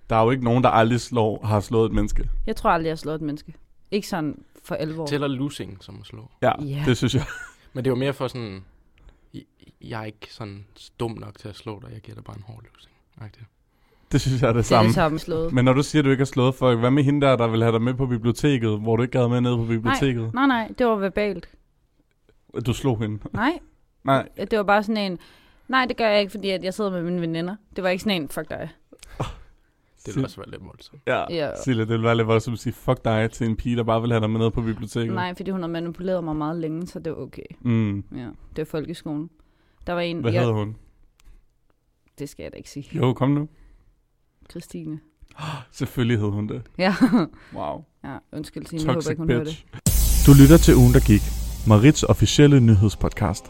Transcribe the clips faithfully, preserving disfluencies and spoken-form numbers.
Der er jo ikke nogen, der aldrig slår, har slået et menneske. Jeg tror aldrig, jeg har slået et menneske. Ikke sådan for alvor. Tæller losing som at slå? Ja, Yeah. det synes jeg. Men det er jo mere for sådan... Jeg er ikke sådan dum nok til at slå dig. Jeg giver dig bare en hård losing. Rigtigt. Det synes jeg er det, Det er samme. det samme slået. Men når du siger, at du ikke har slået folk, hvad med hende der, der vil have dig med på biblioteket, hvor du ikke gad med ned på biblioteket? Nej, nej, det var verbalt. Du slog hende? Nej. Nej. Det var bare sådan en, nej, det gør jeg ikke, fordi at jeg sidder med mine veninder. Det var ikke sådan en, fuck dig. Det ville også være lidt voldsomt. Ja, Ja. Sille, det ville være lidt voldsomt at sige fuck dig til en pige, der bare vil have dig med ned på biblioteket. Nej, fordi hun har manipuleret mig meget længe, så det var okay. Mm. Ja, det var folkeskolen. Der var en... Hvad jeg, havde hun? Det skal jeg da ikke sige. Jo, kom nu. Christine. Selvfølgelig hed hun det. Ja. Wow. Ja, undskyld, Signe. Jeg håber ikke, hun hører det. Du lytter til Ugen, der gik. Marits officielle nyhedspodcast.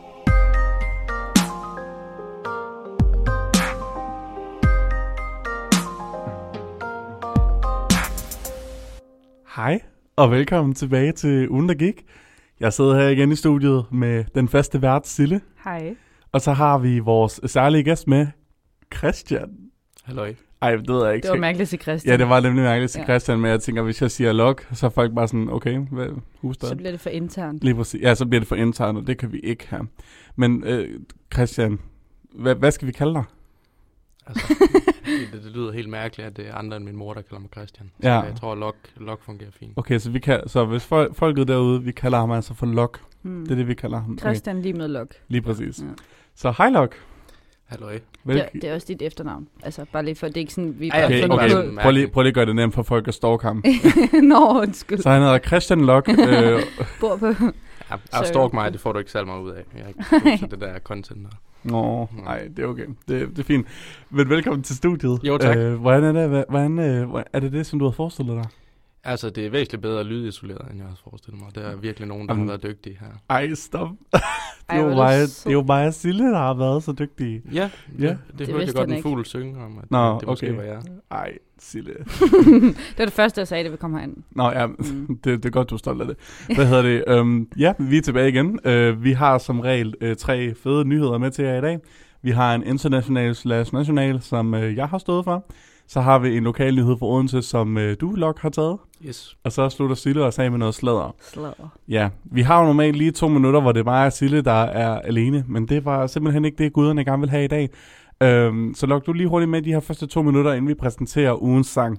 Hej, og velkommen tilbage til Ugen, der gik. Jeg sidder her igen i studiet med den faste vært, Sille. Hej. Og så har vi vores særlige gæst med, Christian. Halløj. Ej, det ved jeg ikke. Det var mærkeligt til Christian. Ja, det var nemlig mærkeligt til Ja. Christian, men jeg tænker, hvis jeg siger log, så er folk bare sådan, okay, hvad, hustad? Så bliver det for internt. Lige præcis. Ja, så bliver det for internt, og det kan vi ikke have. Men øh, Christian, hvad, hvad skal vi kalde dig? Altså, det, det, det lyder helt mærkeligt, at det er andre end min mor, der kalder mig Christian. Så Ja. jeg tror, at log, log fungerer fint. Okay, så, vi kan, så hvis folk, folket derude, vi kalder ham altså for Log. Hmm. Det er det, vi kalder ham. Okay. Christian lige med log. Lige præcis. Ja. Så hej Log. Halløj. Vel- Ja, det er også dit efternavn. Altså, bare lige for, det er ikke sådan, vi Ej, bare Okay, har fundet okay. på- Prøv lige, prøv lige at gøre det nemt for folk at stalke ham. Nå, undskyld. Så han hedder Christian Log. øh, Bor på. Ja, Sorry. at stalk mig, det får du ikke særlig meget ud af. Jeg er ikke god til det der content der. Nå, nej, det er okay. Det, det er fint. Men velkommen til studiet. Jo, tak. Øh, hvordan er det, hvordan, øh, er det det, som du har forestillet dig? Altså, det er væsentligt bedre lydisoleret, end jeg havde forestillet mig. Der er virkelig nogen, der Jamen. har været dygtige her. Ej, stop. Ej, det, er hvor jo er du mig, sød. det er jo mig og Sille, der har været så dygtige. Ja, det, Ja. det, Det det hørte jeg vidste godt han en ikke. fugl synge om, at Nå, det, det måske okay. var jeg. Ej, Sille. Det var det første, jeg sagde, da vi kom herind. Nå ja, Mm. det, det er godt, du er stolt af det. Hvad hedder det? Um, ja, vi er tilbage igen. Uh, vi har som regel uh, tre fede nyheder med til jer i dag. Vi har en international slash national, som uh, jeg har stået for. Så har vi en lokal nyhed fra Odense, som uh, du, Lok, har taget. Yes. Og så slutter Sille og af med noget sladder. Sladder. Ja, vi har jo normalt lige to minutter, hvor det bare er Sille, der er alene. Men det var simpelthen ikke det, guderne gerne vil have i dag. Um, så Lok du lige hurtigt med de her første to minutter, inden vi præsenterer ugens sang.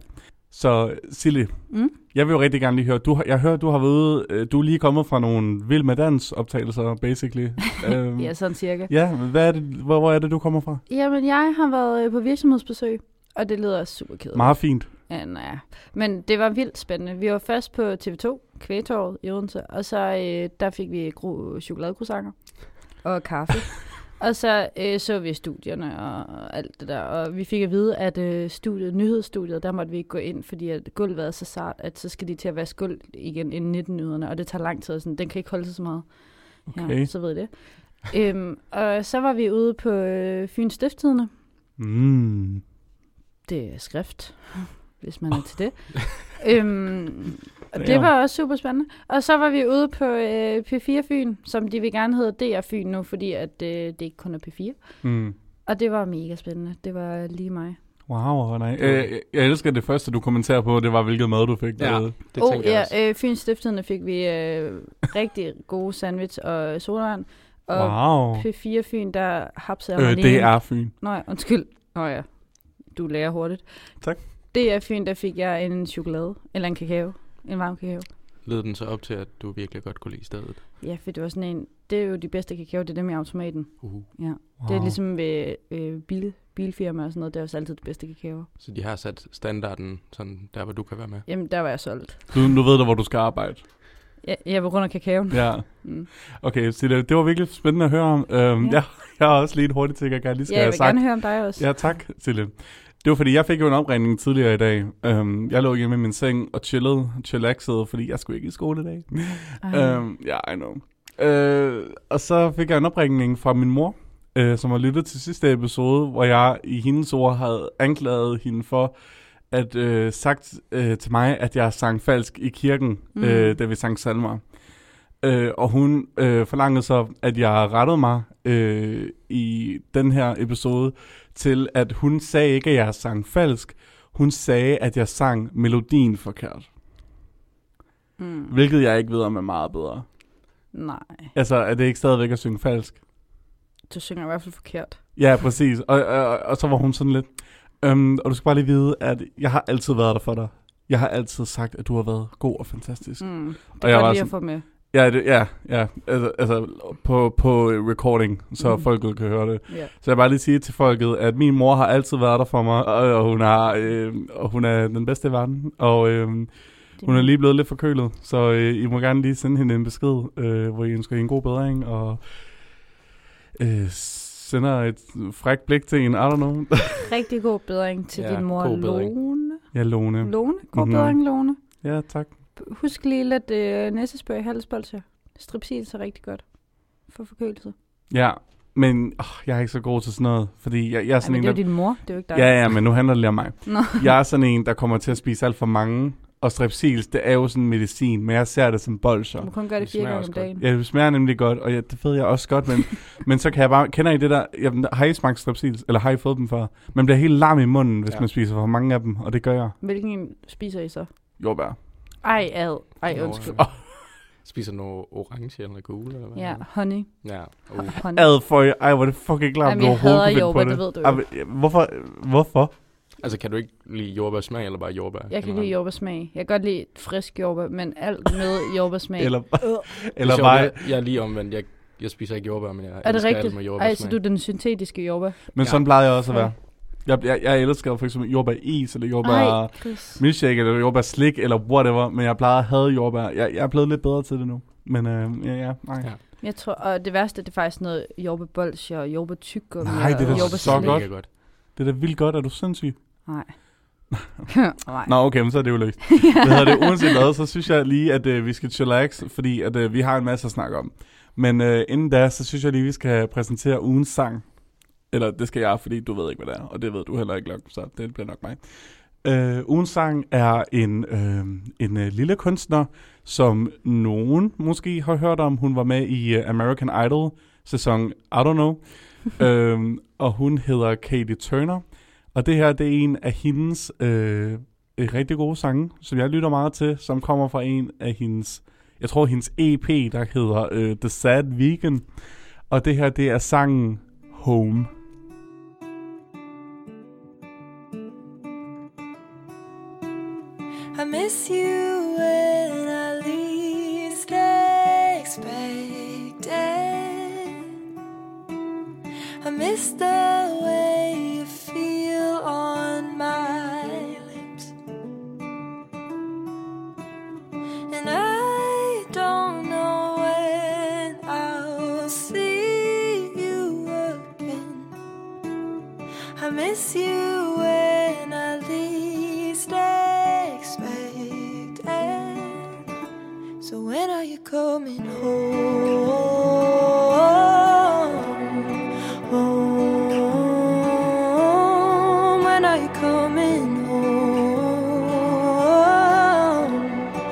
Så Sille, Mm? jeg vil jo rigtig gerne lige høre, du har, jeg hører, du har været, øh, du er lige kommet fra nogle Vild med Dans optagelser, basically. um, Ja, sådan cirka. ja, hvad er det, hvor, hvor er det, du kommer fra? Jamen, jeg har været øh, på virksomhedsbesøg, og det lyder super kedeligt. Meget fint. Ja, nej. Men det var vildt spændende. Vi var først på T V to, Kvægtorvet i Odense, og så øh, der fik vi gro- chokoladekroissanter og kaffe. Og så øh, så vi studierne og alt det der, og vi fik at vide, at øh, studiet, nyhedsstudiet, der måtte vi ikke gå ind, fordi at gulvet er så sart, at så skal de til at vaske gulv igen inden nitten-nyhederne, og det tager lang tid, sådan, den kan ikke holde sig så meget. Okay. Ja, så ved I det. øhm, og så var vi ude på øh, Fyns Stiftstidende. Mm. Det er skrift, hvis man er til det. øhm, og Det det er var også super spændende. Og så var vi ude på øh, P fire Fyn, som de vil gerne hedde D R Fyn nu, fordi at, øh, det ikke kun er P fire. Mm. Og det var mega spændende. Det var lige mig. Wow, hvor nej. Øh, jeg, jeg elsker det første, du kommenterer på, det var, hvilket mad du fik. Ja. derude. Det oh, tænker jeg også. ja, øh, Fyns Stiftstidende fik vi øh, rigtig gode sandwich og sodavand. Og Wow. P fire Fyn, der hapsede jeg Øh, mig det lige- er Fyn. Nå ja, undskyld. Nå ja, du lærer hurtigt. Tak. Det er Fyn, der fik jeg en chokolade, eller en kakao, en varm kakao. Led den så op til, at du virkelig godt kunne lide stedet? Ja, for det var sådan en, det er jo de bedste kakao, det er dem i automaten. Uh. Ja. Wow. Det er ligesom ved øh, bil, bilfirma og sådan noget, det er også altid det bedste kakao. Så de har sat standarden sådan der, hvor du kan være med? Jamen, der var jeg solgt. Du, nu ved du, hvor du skal arbejde. Jeg, jeg var rundt af kakaoen. Ja. Mm. Okay, så det, det var virkelig spændende at høre om. Øhm, Ja. ja. Jeg har også lige et hurtigt ting, jeg gerne lige skal Ja, jeg have vil sagt. gerne høre om dig også. Ja, tak, Sille. Det var fordi, jeg fik jo en opringning tidligere i dag. Um, jeg lå hjemme i min seng og chillede, chillaxede, fordi jeg skulle ikke i skole i dag. Ej. um, ja, I know. Uh, og så fik jeg en opringning fra min mor, uh, som har lyttet til sidste episode, hvor jeg i hendes ord havde anklaget hende for at uh, sagt uh, til mig, at jeg sang falsk i kirken, Mm. uh, da vi sang salmer. Uh, og hun uh, forlangede så, at jeg rettede mig uh, i den her episode til, at hun sagde ikke, at jeg sang falsk. Hun sagde, at jeg sang melodien forkert. Mm. Hvilket jeg ikke ved, om er meget bedre. Nej, Altså, er det ikke stadigvæk at synge falsk? du synger i hvert fald forkert. Ja, præcis. Og, og, og så var hun sådan lidt... Øhm, og du skal bare lige vide, at jeg har altid været der for dig. Jeg har altid sagt, at du har været god og fantastisk. Mm. Det Og er jeg godt var lige sådan- at få med. Ja, det, ja, ja. Altså, altså på, på recording, så Mm. folket kan høre det. Ja. Så jeg vil bare lige sige til folket, at min mor har altid været der for mig, og, og, hun, har, øh, og hun er den bedste i verden. Og øh, hun er lige blevet lidt forkølet, så øh, I må gerne lige sende hende en besked, øh, hvor I ønsker hende en god bedring, og øh, sender et frækt blik til en, I don't know. Rigtig god bedring til Ja, din mor, god bedring. Lone. Ja, Lone. Lone? God Mhm. bedring, Lone. Ja, tak. Husk lige lidt øh, næsespray i halsbolse. Strepsil er rigtig godt for forkølelse. Ja, men åh, jeg er ikke så god til sådan noget, fordi jeg, jeg er Ej, sådan men en, det er jo der... din mor, det er jo ikke dig. Ja, ja, men nu handler det lige om mig. Nå. Jeg er sådan en, der kommer til at spise alt for mange, og strepsils, det er jo sådan medicin, men jeg ser det som bolsjer. Du må kun gøre det Det fire smager gange også om godt. dagen. Ja, det smager nemlig godt, og ja, det ved jeg også godt, men, men så kan jeg bare... Kender I det der... Jamen, har I smagt strepsils, eller har I fået dem før? Man bliver helt lam i munden, hvis Ja. man spiser for mange af dem, og det gør jeg. Hvilken en spiser I så? Jordbær. Ej, ad. Ej, Nå, undskyld. øh, Spiser noget orange eller gule, eller hvad? Ja, honey. Ja. Uh. honey. Ad for jer. Ej, hvor er det fucking klart, Jamen, jeg hader jordbær, det ved du Ej, jo. men, ja, hvorfor? Hvorfor? Altså, kan du ikke lide jordbærsmag, eller bare jordbær? Jeg kan lide jordbærsmag. Jeg kan godt lide frisk jordbær, men alt med jordbærsmag. Eller, Eller eller bare... bare... Jeg, jeg er lige omvendt. Jeg, jeg spiser ikke jordbær, men jeg Er det elsker alt rigtigt? med Ej, jordbærsmag. så du er den syntetiske jordbær. Men Ja. sådan plejede jeg også at Ja. være. Jeg, jeg, jeg elsker for eksempel jordbær is, eller jordbær Ej, Chris. milkshake, eller jordbær slik, eller whatever. Men jeg plejede at have jordbær. Jeg, jeg er blevet lidt bedre til det nu. Men øh, ja, ja, nej. Ja. Jeg tror, og det værste, det er faktisk noget jordbærbolsje og jordbærtyggegummi. Nej, det er da og så jordbærslik. godt. Mega godt. Det er da vildt godt, at du er sindssyg. Nej. Nej. Nå, okay, men så er det jo løst. Hvad hedder det? Uanset hvad, så synes jeg lige, at øh, vi skal chillax, fordi at, øh, vi har en masse at snakke om. Men øh, inden da, så synes jeg lige, vi skal præsentere ugens sang. Eller det skal jeg, fordi du ved ikke, hvad det er, og det ved du heller ikke, Lok, så det bliver nok mig. Øh, ugens sang er en, øh, en øh, lille kunstner, som nogen måske har hørt om. Hun var med i uh, American Idol sæson, I don't know. øhm, og hun hedder Katie Turner. Og det her, det er en af hendes øh, rigtig gode sange, som jeg lytter meget til, som kommer fra en af hendes, jeg tror hendes E P, der hedder øh, The Sad Vegan. Og det her, det er sangen Home. I miss you when I least expect it. I miss the way you feel on my lips. And I don't know when I'll see you again. I miss you when I least expect it. So when are you coming home? Home. When are you coming home?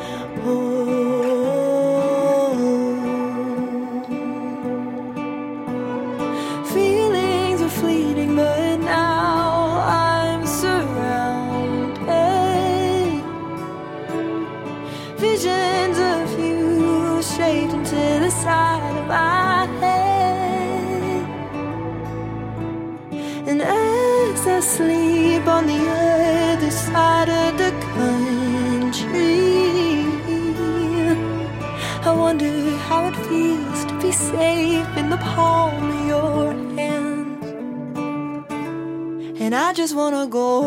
Home. Feelings are fleeting, but now I'm surrounded. Visions of you shaped into the side of my head. And as I sleep on the other side of the country, I wonder how it feels to be safe in the palm of your hands. And I just wanna go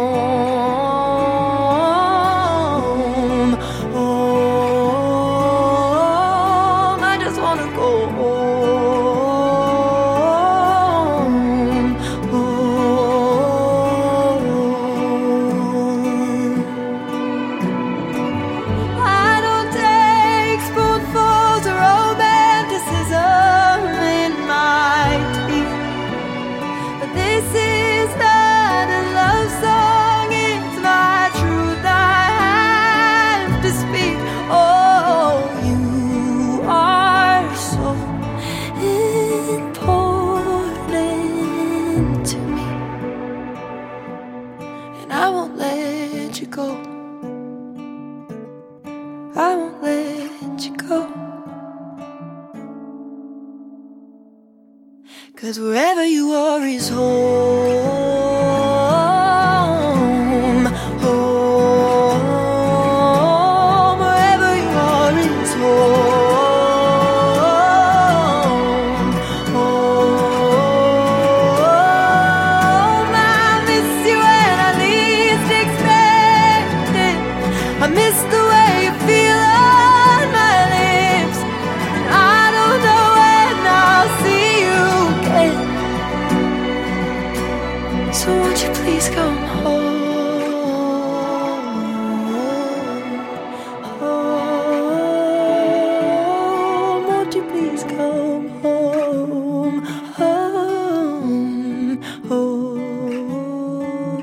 home, home. I just wanna go home, home. I don't take spoonfuls of romanticism in my tea, but this is not a love song, it's my truth. I won't let you go. I won't let you go. 'Cause wherever you are is home. Home. Wherever you are is home. Home. I miss you when I least expect it. I miss the way you feel on my lips. And I don't know when I'll see you again. So won't you please come home? Home. Won't you please come home? Home. Home.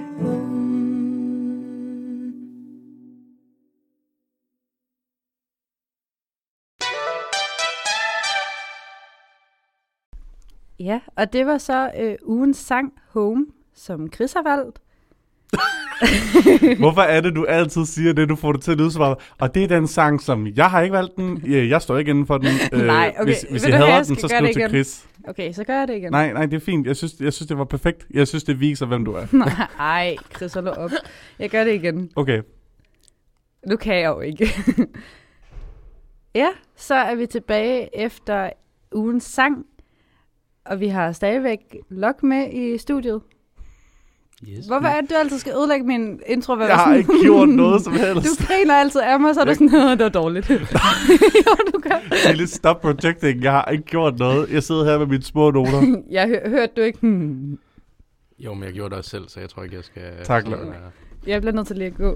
Ja, og det var så øh, ugens sang Home, som Chris har valgt. Hvorfor er det, du altid siger det, du får det til at lyde som? Og det er den sang, som jeg har ikke valgt den. Jeg står ikke inden for den. Nej, okay. Hvis, hvis Ved jeg du hvad, hader jeg den, skal så gøre skriv det til igen. Chris. Okay, så gør jeg det igen. Nej, nej, det er fint. Jeg synes, jeg synes, det var perfekt. Jeg synes, det viser, hvem du er. Nej, Chris, hold nu op. Jeg gør det igen. Okay. Nu kan jeg jo ikke. Ja, så er vi tilbage efter ugens sang. Og vi har stadigvæk Lok med i studiet. Yes. Hvorfor er det, du altid skal ødelægge min intro? Jeg har ikke gjort noget som helst. Du griner altid af mig, så er du sådan, noget, det var dårligt. Jo, du gør. Lille stop projecting. Jeg har ikke gjort noget. Jeg sidder her med mine små noter. Jeg hør, hørte du ikke? Hmm. Jo, men jeg gjorde det også selv, så jeg tror ikke, jeg skal... Tak, sådan, Lok. øh, Jeg bliver nødt til lige at gå.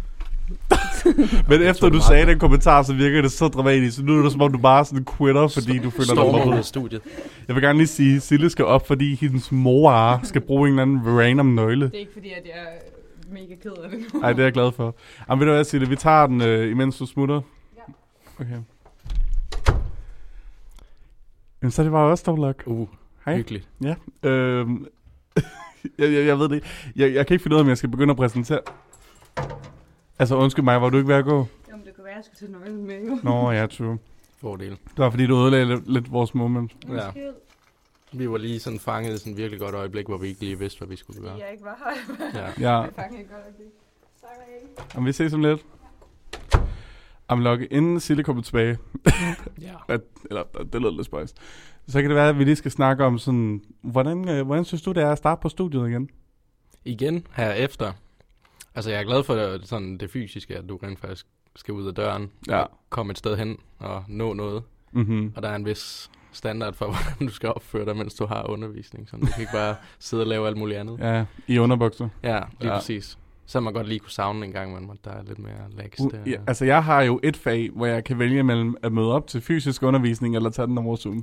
Men efter du sagde den kommentar, så virker det så dramatisk. Så nu er det som om, du bare sådan quitter, fordi du føler dig stormer ud mobbet. af studiet. Jeg vil gerne lige sige, at Sille skal op, fordi hendes mor skal bruge en eller anden random nøgle. Det er ikke fordi, at jeg er mega ked af det nu. Nej, det er jeg glad for. Jamen ved du hvad, Sille, vi tager den, øh, imens du smutter. Ja. Okay. Jamen, så er det bare også dog, Lok. Uh, Hej. hyggeligt. Ja. Øhm. jeg, jeg, jeg ved det ikke. Jeg, jeg kan ikke finde ud af, om jeg skal begynde at præsentere. Altså, undskyld mig, var du ikke ved at gå? Jamen, det kunne være, at jeg skulle tage nøglen med, jo. Nå, ja, true. Fordel. Det var fordi, du ødelagde lidt, lidt vores moment. Ja. Vi var lige sådan fanget i sådan et virkelig godt øjeblik, hvor vi ikke lige vidste, hvad vi skulle gøre. Jeg ikke var her. Ja. Ja. Jeg fangede ikke godt øjeblik. Sorry. Jamen, vi ses om lidt. Jamen, Lok, inden Sille kommer tilbage, Ja. at, eller det lyder lidt spøjs, så kan det være, at vi lige skal snakke om sådan, hvordan, øh, hvordan synes du, det er at starte på studiet igen? Igen herefter. Altså, jeg er glad for det, sådan det fysiske, at du rent faktisk skal ud af døren. Ja. Og komme et sted hen og nå noget. Mhm. Og der er en vis standard for, hvordan du skal opføre dig, mens du har undervisning. Så du kan ikke bare sidde og lave alt muligt andet. Ja, i underbukser. Ja, lige Ja. ja. præcis. Så man godt lige kunne savne en gang, men der er lidt mere lax Uh, der. ja, altså, jeg har jo et fag, hvor jeg kan vælge mellem at møde op til fysisk undervisning, eller tage den over Zoom.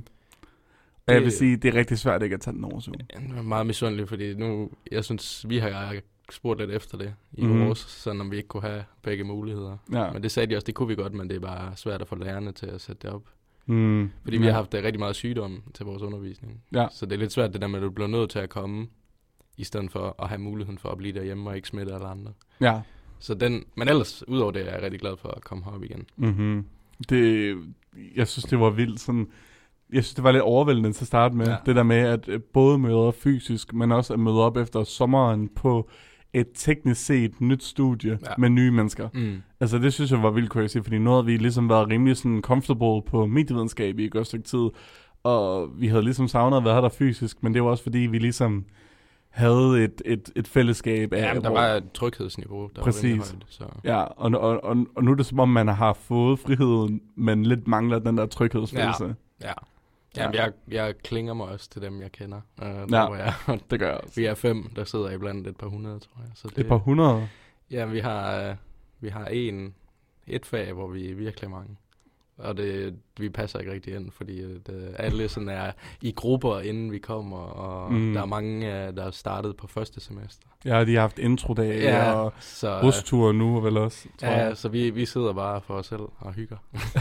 Og jeg vil Det- sige, det er rigtig svært ikke at tage den over Zoom. Jeg er meget misundelig, fordi nu, jeg synes, vi har spurgt lidt efter det i Mhm. mm-hmm. vores, sådan om vi ikke kunne have begge muligheder. Ja. Men det sagde de også, det kunne vi godt, men det er bare svært at få lærerne til at sætte det op. Mm. Fordi ja. vi har haft uh, rigtig meget sygdom til vores undervisning. Ja. Så det er lidt svært det der med, at du bliver nødt til at komme, i stedet for at have muligheden for at blive derhjemme og ikke smitte alle andre. Ja. Så den, men ellers, udover det, er jeg rigtig glad for at komme herop igen. Mm-hmm. Det, jeg synes, det var vildt sådan... Jeg synes, det var lidt overvældende til at starte med. Ja. Ja. Det der med, at øh, både møde op fysisk, men også at møde op efter sommeren på et teknisk set nyt studie ja. Ja. med nye mennesker. Mm. Altså, det synes jeg var vildt crazy, fordi nu havde vi ligesom været rimelig sådan comfortable på medievidenskab i et godt stykke tid, og vi havde ligesom savnet at være der fysisk, men det var også fordi, vi ligesom havde et, et, et fællesskab af... Ja, men der hvor- var et tryghedsniveau, der Præcis. var rimelig højt. Så. Ja, og, og, og, og nu er det som om, man har fået friheden, men lidt mangler den der tryghedsfølelse. Ja. Jamen, jeg, jeg klinger mig også til dem, jeg kender. Uh, der, Ja. hvor jeg, Det gør jeg også. vi er fem, der sidder iblandt et par hundrede, tror jeg. Så det, Et par hundrede. Ja, vi har, uh, vi har en, et fag, hvor vi er virkelig mange. Og det, vi passer ikke rigtig ind, fordi uh, det, alle sådan er i grupper, inden vi kommer. Og Mm. mm. der er mange, uh, der er startet på første semester. Ja, de har haft introdage Ja, og så, busture nu vel også, tror ja, jeg. så vi, vi sidder bare for os selv og hygger.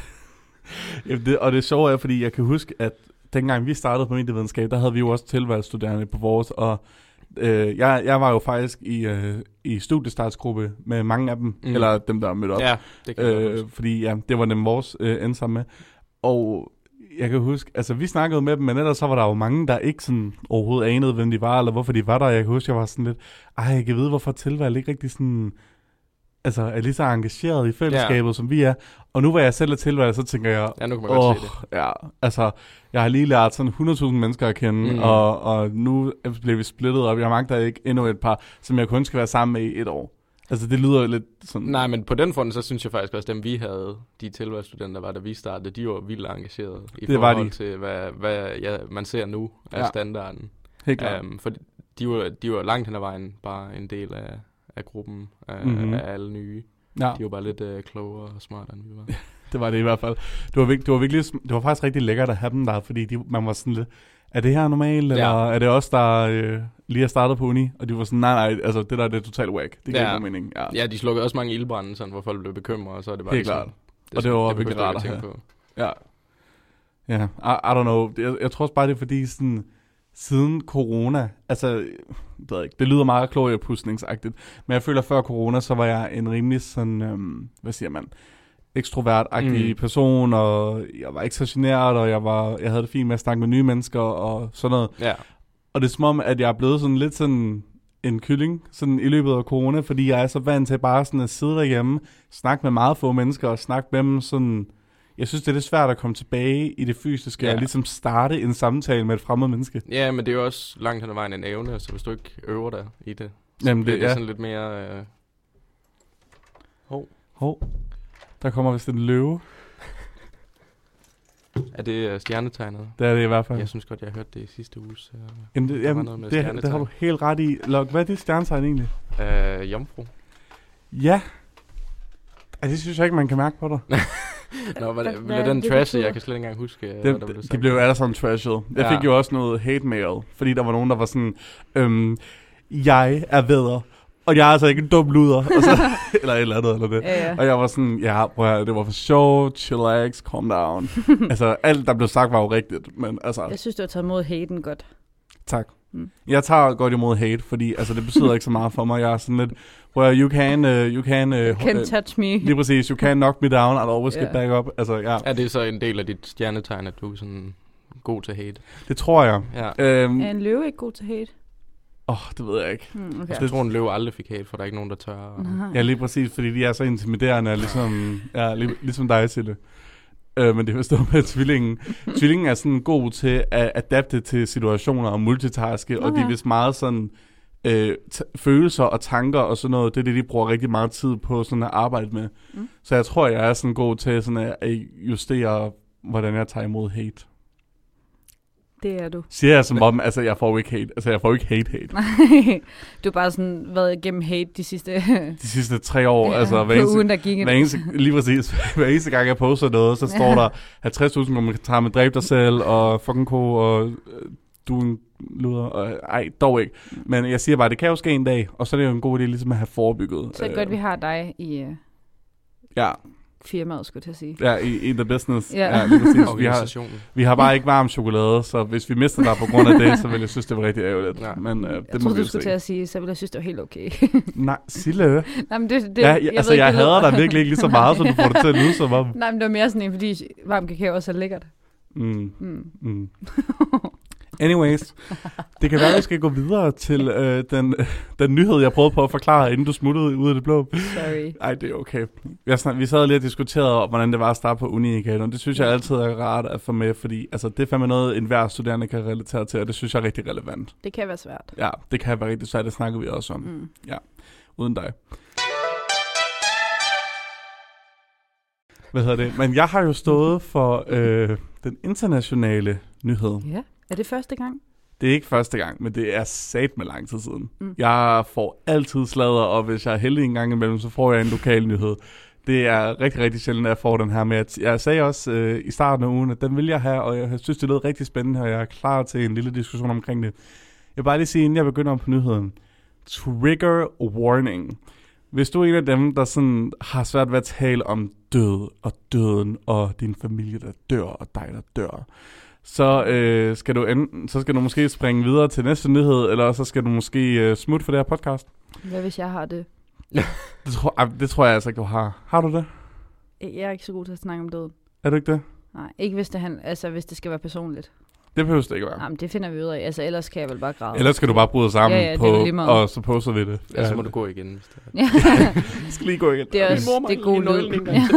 Jamen, det, og det sjove er, fordi jeg kan huske, at dengang vi startede på medievidenskab, der havde vi jo også tilvalgsstuderende på vores, og Øh, jeg, jeg var jo faktisk i, øh, i studiestartsgruppe med mange af dem, mm. eller dem, der er mødt op. Ja, det kan jeg øh, huske. Fordi ja, det var dem vores øh, endte sammen med. Og jeg kan huske, altså vi snakkede med dem, men ellers så var der jo mange, der ikke sådan overhovedet anede, hvem de var, eller hvorfor de var der. Jeg kan huske, jeg var sådan lidt, ej, jeg kan vide, hvorfor tilvalg ikke rigtig sådan, altså er lige så engageret i fællesskabet, ja. som vi er. Og nu var jeg selv et tilvalg, så tænker jeg, ja, nu kan man godt se det. Ja, altså, jeg har lige lært sådan hundrede tusind mennesker at kende, mm. og, og nu bliver vi splittet op. Jeg magter ikke endnu et par, som jeg kun skal være sammen med i et år. Altså, det lyder lidt sådan... Nej, men på den front, så synes jeg faktisk også, dem vi havde, de tilvalgsstudenter, var da vi startede, de var vildt engagerede i det forhold til, hvad, hvad ja, man ser nu af ja. standarden. Helt klart. Um, for de var, de var langt hen ad vejen bare en del af, af gruppen, af, mm-hmm. af alle nye. Ja. De var bare lidt uh, klogere og smartere, end vi var. Det var det i hvert fald. Det var, det var virkelig, det var faktisk rigtig lækkert at have dem der, fordi de, man var sådan lidt, er det her normalt, eller ja. er det os, der øh, lige har startet på uni? Og de var sådan, nej, nej, altså det der det er totalt whack. Det giver ja. ikke mening. Ja. ja, de slukkede også mange ildbrænde, sådan, hvor folk blev bekymrede, og så er det bare helt klart. Det, og det var det virkelig rart at have. på. Ja, ja. I, I don't know. Jeg, jeg tror også bare, det er fordi sådan, siden corona, altså, det, ved jeg ikke, det lyder meget kloriepudsningsagtigt, men jeg føler, før corona, så var jeg en rimelig sådan, øhm, hvad siger man, ekstrovert-agtig mm. person, og jeg var ikke så generet, og jeg, var, jeg havde det fint med at snakke med nye mennesker, og sådan noget. Ja. Og det er som om, at jeg er blevet sådan lidt sådan en kylling, sådan i løbet af corona, fordi jeg er så vant til bare sådan at sidde derhjemme, snakke med meget få mennesker, og snakke med dem sådan... Jeg synes, det er lidt svært at komme tilbage i det fysiske, ja. og ligesom starte en samtale med et fremmed menneske. Ja, men det er jo også langt hen ad vejen en evne, så hvis du ikke øver dig i det, så jamen, bliver det, det ja. sådan lidt mere... Øh... Hov. Hov. Der kommer vist en løve. Er det uh, stjernetegnet? Det er det i hvert fald. Jeg synes godt, jeg har hørt det i sidste uge. Så jamen, det, jamen, det, det har du helt ret i. Lok, hvad er det stjernetegn egentlig? Uh, jomfru. Ja. Ej, det synes jeg ikke, man kan mærke på dig. Nå, var det, blev den trashy? Jeg kan slet ikke engang huske, det, hvad der blev sagt. Det blev alle sammen trashed. Jeg ja. fik jo også noget hate mail, fordi der var nogen, der var sådan, øhm, jeg er vædder, og jeg er altså ikke en dum luder, og så, eller et eller andet, eller det. Ja, ja. Og jeg var sådan, ja, prøv at, det var for sjov, chillax, calm down. Altså, alt, der blev sagt, var jo rigtigt, men altså... Jeg synes, du har taget imod haten godt. Tak. Mm. Jeg tager godt imod hate, fordi altså, det betyder ikke så meget for mig. Jeg er sådan lidt, well, you can... Uh, you can, uh, you can uh, touch me. Lige præcis, you can knock me down, I'll always yeah. get back up. Altså, ja. Er det så en del af dit stjernetegn, at du er sådan god til hate? Det tror jeg. Ja. Um, er en løve ikke god til hate? Åh, oh, det ved jeg ikke. Hmm, okay. Altså, jeg tror, en løve aldrig fik hate, for der er ikke nogen, der tør. Og... Ja, lige præcis, fordi de er så intimiderende, ligesom, ja, lig, ligesom dig, Sille. Uh, men det forstår med tvillingen. Tvillingen er sådan god til at adapte til situationer og multitaske, okay. og de er vist meget sådan øh, t- følelser og tanker og sådan noget. Det er det, de bruger rigtig meget tid på sådan at arbejde med. Mm. Så jeg tror, jeg er sådan god til sådan at justere, hvordan jeg tager imod hate. Det er du. Siger jeg som om, altså jeg får ikke hate. Altså jeg får ikke hate-hate. Nej, du har bare sådan været igennem hate de sidste... de sidste tre år. Ja, altså hver på eneste, ugen, der gik hver eneste, lige præcis. Hver eneste gang, jeg poster noget, så står der halvtreds tusind kommentarer med dræb dig selv, og fucking ko, og øh, du er en luder. Og, ej, dog ikke. Men jeg siger bare, det kan jo ske en dag, og så er det jo en god idé ligesom at have forebygget. Så er det øh, godt, vi har dig i... Uh... Ja. Firmaet, skulle jeg til at sige. Ja, i, i the business. Ja. Ja, lige præcis. Vi har, vi har bare ikke varm chokolade, så hvis vi mister dig på grund af det, så vil jeg synes, det var rigtig ærgerligt. Ja. Men uh, det jeg må troede, vi du skulle til at sige, så ville jeg synes, det var helt okay. Nej, Sille. Nej, men det, det, ja, jeg, altså, jeg, jeg hader dig virkelig ikke lige så meget, så du får det til at lyde som om. Nej, men det var mere sådan en, fordi varm kakao også er lækkert. Mm. Mm. Mm. Anyways, det kan være, at vi skal gå videre til øh, den, øh, den nyhed, jeg prøvede på at forklare, inden du smuttede ud af det blå. Sorry. Ej, det er okay. Vi, snak, vi sad lige og diskuterede, hvordan det var at starte på uni igen, og det synes jeg altid er rart at få med, fordi altså, det er fandme noget, enhver studerende kan relatere til, og det synes jeg er rigtig relevant. Det kan være svært. Ja, det kan være rigtig svært, det snakker vi også om. Mm. Ja, uden dig. Hvad hedder det? Men jeg har jo stået for øh, den internationale nyhed. Ja. Er det første gang? Det er ikke første gang, men det er sat med lang tid siden. Mm. Jeg får altid sladder, og hvis jeg er heldig en gang imellem, så får jeg en lokal nyhed. Det er rigtig, rigtig sjældent, at jeg får den her med. Jeg sagde også øh, i starten af ugen, at den vil jeg have, og jeg synes, det lød rigtig spændende, og jeg er klar til en lille diskussion omkring det. Jeg vil bare lige sige, inden jeg begynder på nyheden. Trigger warning. Hvis du er en af dem, der sådan har svært ved at tale om død og døden, og din familie, der dør, og dig, der dør, så, øh, skal du enten, så skal du måske springe videre til næste nyhed, eller så skal du måske øh, smutte for det her podcast. Hvad hvis jeg har det? Det tror, ej, det tror jeg altså ikke, du har. Har du det? Jeg er ikke så god til at snakke om døden. Er du ikke det? Nej, ikke hvis det, han, altså, hvis det skal være personligt. Det behøver det ikke være. Jamen, det finder vi ud af. Altså, ellers kan jeg vel bare græde. Ellers skal du bare bryde sammen, ja, ja, på, og så poster vi det. Ja, så må du gå igen. Hvis det er. Jeg skal lige gå igen. Det er også det er god lyd.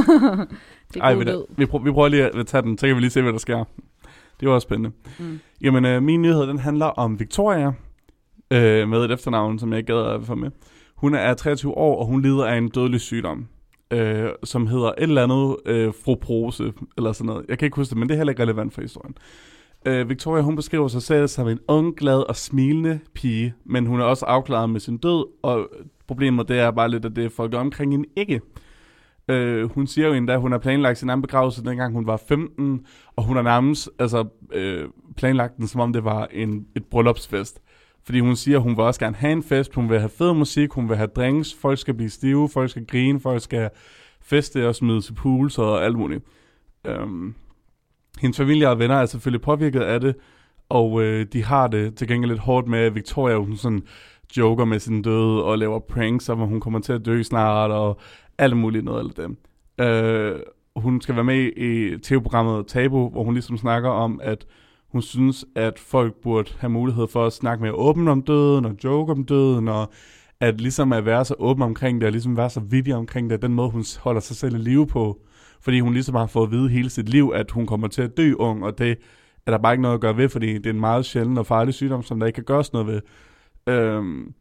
Det er Ej, god vi, lyd. vi, prøver, vi prøver lige at tage den, så kan vi lige se, hvad der sker. Det var også spændende. Mm. Jamen, øh, min nyhed, den handler om Victoria, øh, med et efternavn, som jeg ikke gad at få med. Hun er treogtyve år, og hun lider af en dødelig sygdom, øh, som hedder et eller andet øh, froprose, eller sådan noget. Jeg kan ikke huske det, men det er heller ikke relevant for historien. Øh, Victoria, hun beskriver sig selv som en ung, glad og smilende pige, men hun er også afklaret med sin død, og problemet det er bare lidt, at det er folk omkring hende ikke. Øh, hun siger jo endda, at hun har planlagt sin egen begravelse, dengang hun var femten, og hun har nærmest altså, øh, planlagt den, som om det var en, et bryllupsfest. Fordi hun siger, at hun vil også gerne have en fest, hun vil have fed musik, hun vil have drinks, folk skal blive stive, folk skal grine, folk skal feste og smide til pools og alt muligt. Øhm, hendes familie og venner er selvfølgelig påvirket af det, og øh, de har det til gengæld lidt hårdt med, at Victoria hun sådan joker med sin død og laver pranks, om at hun kommer til at dø snart, og alt muligt noget af det. Øh, hun skal være med i T V-programmet Tabu, hvor hun ligesom snakker om, at hun synes, at folk burde have mulighed for at snakke mere åbent om døden, og joke om døden, og at ligesom at være så åben omkring det, og ligesom være så vittig omkring det, den måde, hun holder sig selv i live på. Fordi hun ligesom har fået at vide hele sit liv, at hun kommer til at dø ung, og det er der bare ikke noget at gøre ved, fordi det er en meget sjælden og farlig sygdom, som der ikke kan gøres noget ved. Øhm,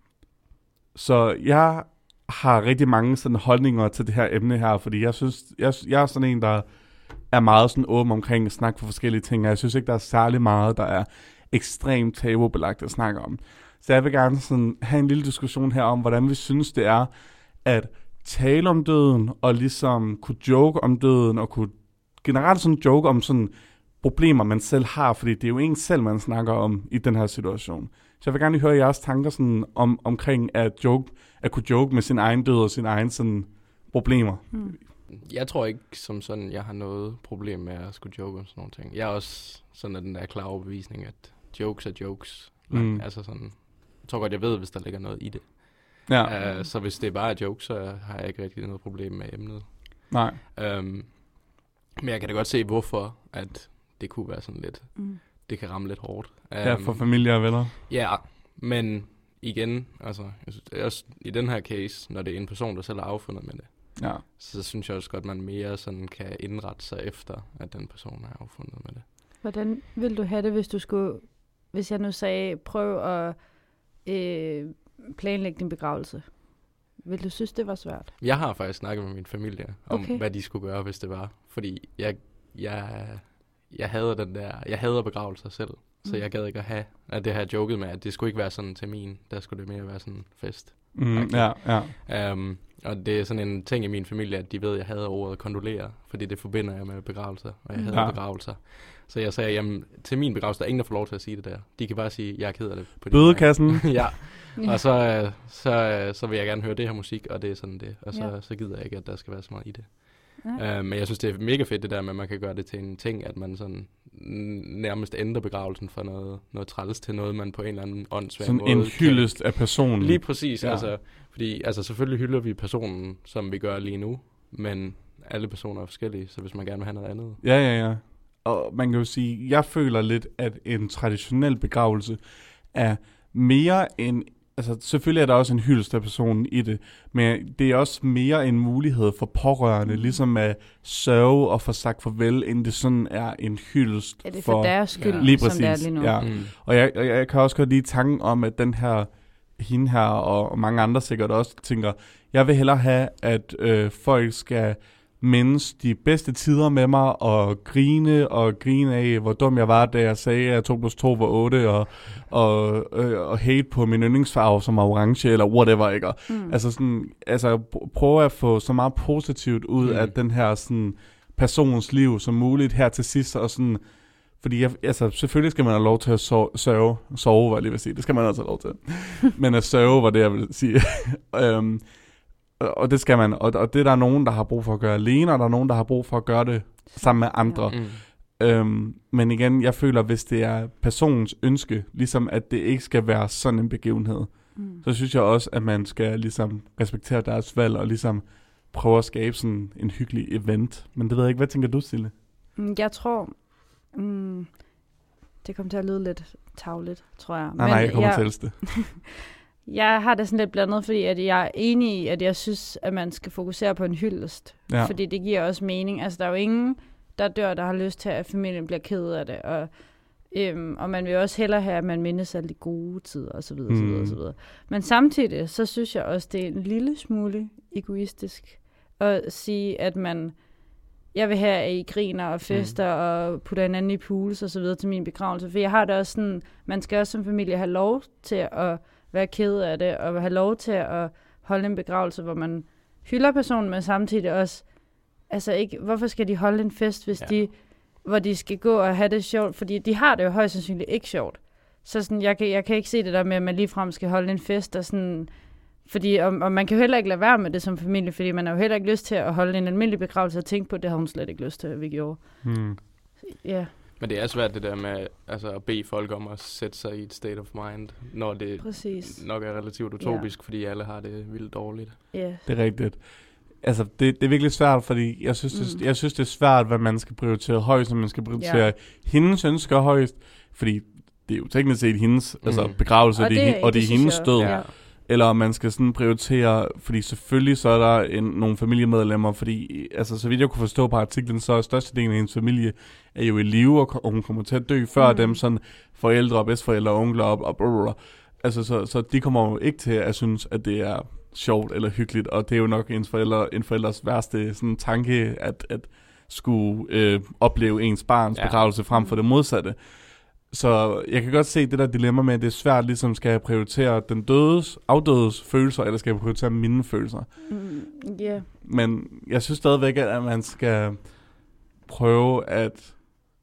så jeg har rigtig mange sådan holdninger til det her emne her, fordi jeg synes, jeg, jeg er sådan en, der er meget sådan åben omkring at snakke for forskellige ting, og jeg synes ikke, der er særlig meget, der er ekstremt tabubelagt at snakke om. Så jeg vil gerne sådan have en lille diskussion her om, hvordan vi synes, det er at tale om døden, og ligesom kunne joke om døden, og kunne generelt sådan joke om sådan problemer, man selv har, fordi det er jo en selv, man snakker om i den her situation. Så jeg vil gerne lige høre jeres tanker sådan om, omkring at, joke, at kunne joke med sin egen død og sin egen sådan problemer. Hmm. Jeg tror ikke som sådan, jeg har noget problem med at skulle joke om sådan nogle ting. Jeg er også sådan af den der klare overbevisning, at jokes er jokes. Mm. Altså sådan, jeg tror godt, jeg ved, hvis der ligger noget i det. Ja. Uh, så hvis det er bare et joke, så har jeg ikke rigtig noget problem med emnet. Nej. Um, men jeg kan da godt se, hvorfor at det kunne være sådan lidt, Mm. det kan ramme lidt hårdt. Um, Ja, for familie og venner. Ja, men igen, altså jeg synes, også i den her case, når det er en person, der selv har affundet med det, Ja. så synes jeg også godt, at man mere sådan kan indrette sig efter, at den person har affundet med det. Hvordan vil du have det, hvis du skulle, hvis jeg nu sagde, prøv at øh, planlægge din begravelse? Vil du synes, det var svært? Jeg har faktisk snakket med min familie om, Okay. hvad de skulle gøre, hvis det var. Fordi jeg, jeg, jeg hader den der, jeg hader begravelser selv. Så Mm. jeg gad ikke at have, at det har jeg joket med, at det skulle ikke være sådan til min. Der skulle det mere være sådan en fest. Mm, Okay. ja, ja. Um, og det er sådan en ting i min familie, at de ved, at jeg hader ordet kondolere, fordi det forbinder jeg med begravelser, og jeg Mm. hader Ja. begravelser. Så jeg sagde, jamen, til min begravelse, der er ingen, der får lov til at sige det der. De kan bare sige, jeg er ked af det. På din Bødekassen. vej. Ja, og så, øh, så, øh, så vil jeg gerne høre det her musik, og det er sådan det. Og så, Ja. så gider jeg ikke, at der skal være så meget i det. Ja. Uh, men jeg synes, det er mega fedt det der med, at man kan gøre det til en ting, at man sådan n- nærmest ændrer begravelsen fra noget, noget træls til noget, man på en eller anden åndssvær Sådan måde en kan- hyldest af personen. Lige præcis, Ja. ja. altså, fordi altså, selvfølgelig hylder vi personen, som vi gør lige nu, men alle personer er forskellige, så hvis man gerne vil have noget andet. Ja, ja, ja. Og man kan jo sige, jeg føler lidt, at en traditionel begravelse er mere en, altså selvfølgelig er der også en hyldest af personen i det, men det er også mere en mulighed for pårørende, Mm. ligesom at sørge og få sagt farvel, end det sådan er en hyldest Er det for deres skyld, Ja. Lige som det er præcis, lige nu? ja. Mm. Og jeg, jeg, jeg kan også godt lide tanken om, at den her, hende her, og mange andre sikkert også tænker, jeg vil hellere have, at øh, folk skal mindes de bedste tider med mig, og grine, og grine af, hvor dum jeg var, da jeg sagde, at to plus to var otte, og, og, øh, og hate på min yndlingsfarve, som er orange, eller whatever, ikke? Og, Mm. altså, sådan, altså pr- prøve at få så meget positivt ud Mm. af den her sådan, persons liv som muligt her til sidst, og sådan, fordi jeg, altså, selvfølgelig skal man have lov til at sove, sørge, sove, var jeg lige vil sige, det skal man altså have lov til, men at sørge var det, jeg vil sige. øhm, og det skal man, og, og det er der nogen, der har brug for at gøre alene, og der er nogen, der har brug for at gøre det sammen med andre. Mm. Øhm, men igen, jeg føler, hvis det er personens ønske, ligesom at det ikke skal være sådan en begivenhed, mm. så synes jeg også, at man skal ligesom respektere deres valg, og ligesom prøve at skabe sådan en hyggelig event. Men det ved jeg ikke, hvad tænker du, Sille? Jeg tror, mm, det kommer til at lyde lidt tavligt, tror jeg. Nej, Men nej, jeg kommer jeg, til at elske det. Jeg har det sådan lidt blandet, fordi at jeg er enig i, at jeg synes, at man skal fokusere på en hyldest. Ja. Fordi det giver også mening. Altså, der er jo ingen, der dør, der har lyst til, at familien bliver ked af det. Og, øhm, og man vil også hellere have, at man mindes alle de gode tider, osv. Mm. osv., osv. Men samtidig, så synes jeg også, det er en lille smule egoistisk at sige, at man... Jeg vil have, at I griner og fester mm. og putter hinanden i pools og så videre til min begravelse. For jeg har det også sådan, man skal også som familie have lov til at være ked af det, og have lov til at holde en begravelse, hvor man hylder personen, men samtidig også, altså ikke, hvorfor skal de holde en fest, hvis ja. de, hvor de skal gå og have det sjovt, fordi de har det jo højst sandsynligt ikke sjovt. Så sådan, jeg kan, jeg kan ikke se det der med, at man ligefrem skal holde en fest, og sådan, fordi, og, og man kan jo heller ikke lade være med det som familie, fordi man har jo heller ikke lyst til at holde en almindelig begravelse og tænke på, det har hun slet ikke lyst til, at vi gjorde. Hmm. Ja. Men det er svært det der med altså, at bede folk om at sætte sig i et state of mind, når det Præcis. nok er relativt utopisk, ja. fordi alle har det vildt dårligt. Yeah. Det er rigtigt. Altså, det, det er virkelig svært, fordi jeg synes, mm. det, jeg synes, det er svært, hvad man skal prioritere højst, og man skal prioritere yeah. hendes ønsker højst, fordi det er jo teknisk set hendes mm. altså, begravelse, og det, det, og det, det er hendes død. Ja. Eller om man skal sådan prioritere, fordi selvfølgelig så er der en, nogle familiemedlemmer, fordi altså, så vidt jeg kunne forstå på artiklen, så er størstedelen af hendes familie er jo i live, og, og hun kommer til at dø før mm. dem, sådan forældre og bedsteforældre og onkler og, og blablabla. Altså, så, så de kommer jo ikke til at synes, at det er sjovt eller hyggeligt, og det er jo nok ens forældre, en forældres værste sådan, tanke, at, at skulle øh, opleve ens barns ja. begravelse frem for det modsatte. Så jeg kan godt se det der dilemma med, at det er svært, ligesom skal jeg prioritere den dødes, afdødes følelser, eller skal jeg prioritere mine følelser. Mm, yeah. Men jeg synes stadigvæk, at man skal prøve at...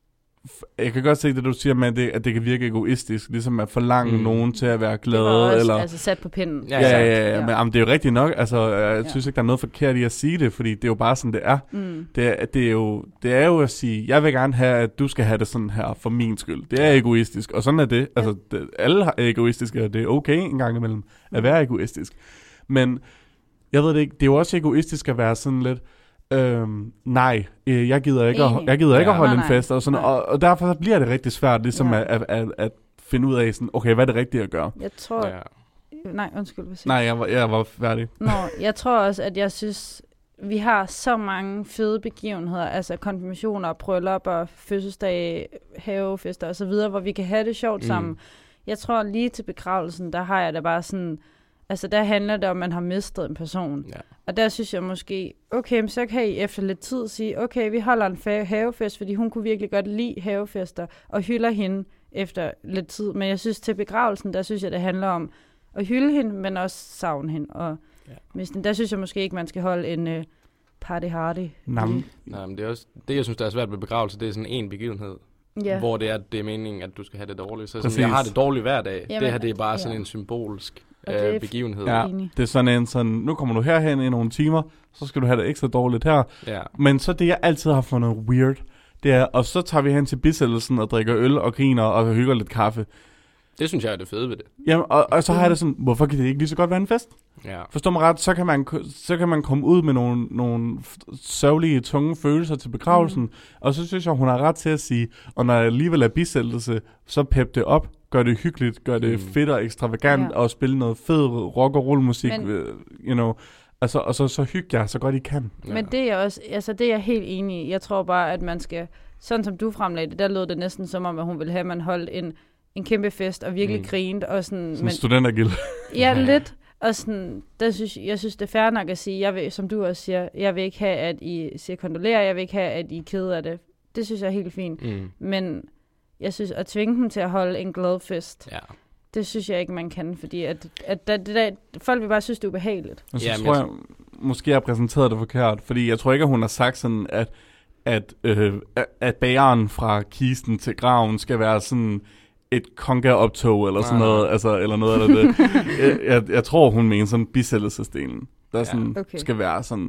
Jeg kan godt se det, du siger med, at det, at det kan virke egoistisk, ligesom at forlange mm. nogen til at være glade. Det var også, eller... altså sat på pinden. Ja, ja, ja, ja, ja. Men jamen, det er jo rigtigt nok. Altså, jeg ja. synes ikke, der er noget forkert i at sige det, fordi det er jo bare sådan, det er. Mm. Det, er det, er jo, det er jo at sige, jeg vil gerne have, at du skal have det sådan her for min skyld. Det er egoistisk, og sådan er det. Altså, det, alle er egoistiske, og det er okay en gang imellem at være egoistisk. Men jeg ved det ikke, det er jo også egoistisk at være sådan lidt, Øhm, nej, øh, jeg gider ikke, at, jeg gider ikke ja. at holde nej, en fest og sådan, og, og derfor bliver det rigtig svært ligesom ja. at, at, at finde ud af sådan, okay, hvad er det rigtige at gøre? Jeg tror, ja. nej, undskyld, hvad siger Nej, jeg var, jeg var færdig. Nå, jeg tror også, at jeg synes, vi har så mange fede begivenheder, altså konfirmationer, bryllupper, fødselsdage, havefester og så videre, hvor vi kan have det sjovt mm. sammen. Jeg tror lige til begravelsen, der har jeg det bare sådan, altså der handler det om, at man har mistet en person. Ja. Og der synes jeg måske, okay, så kan I efter lidt tid sige, okay, vi holder en fa- havefest, fordi hun kunne virkelig godt lide havefester, og hylder hende efter lidt tid. Men jeg synes til begravelsen, der synes jeg, det handler om at hylde hende, men også savne hende. Og ja. der synes jeg måske ikke, man skal holde en uh, party-hardy. Nej, men det er også det, jeg synes, der er svært ved begravelse, det er sådan en begivenhed. Yeah. Hvor det er, det er meningen, at du skal have det dårligt. Så sådan, jeg har det dårligt hver dag. Jamen, det her, det er bare ja. sådan en symbolsk øh, begivenhed. Ja, det er sådan en sådan, nu kommer du herhen i nogle timer, så skal du have det ekstra dårligt her. Ja. Men så det, jeg altid har fundet weird, det er, og så tager vi hen til bisættelsen og drikker øl og griner og hygger lidt kaffe. Det synes jeg er det fede ved det. Jamen, og, og så har jeg det sådan, hvorfor kan det ikke lige så godt være en fest? Ja. Forstår mig ret, så kan man, så kan man komme ud med nogle, nogle sørgelige, tunge følelser til begravelsen, mm. og så synes jeg, hun har ret til at sige, og når jeg alligevel er bisættelse, så pep det op, gør det hyggeligt, gør det mm. fedt og ekstravagant, ja. og spille noget fed rock- og roll-musik, Men, you know, altså, og så, så hygge jeg så godt I kan. Men ja. det er også, altså det er jeg helt enig i. Jeg tror bare, at man skal, sådan som du fremlagde det, der lød det næsten som om, at hun ville have, at man holdt en en kæmpe fest, og virkelig mm. grint. Og sådan, sådan men, studentergild. Ja, lidt. Og sådan, der synes, jeg synes, det er fair nok at sige, jeg vil, som du også siger, jeg vil ikke have, at I siger kondolerer, jeg vil ikke have, at I er kede af det. Det synes jeg er helt fint. Mm. Men jeg synes, at tvinge dem til at holde en glad fest, ja. det synes jeg ikke, man kan, fordi at, at der, det der, folk vil bare synes, det er ubehageligt. Og så ja, tror jeg, jeg, måske jeg har præsenteret det forkert, fordi jeg tror ikke, at hun har sagt sådan, at, at, øh, at bageren fra kisten til graven skal være sådan et konga-optog, eller sådan noget, ah. altså, eller noget af det. jeg, jeg, jeg tror, hun mener sådan bisættelsesdelen, der ja. sådan okay. skal være sådan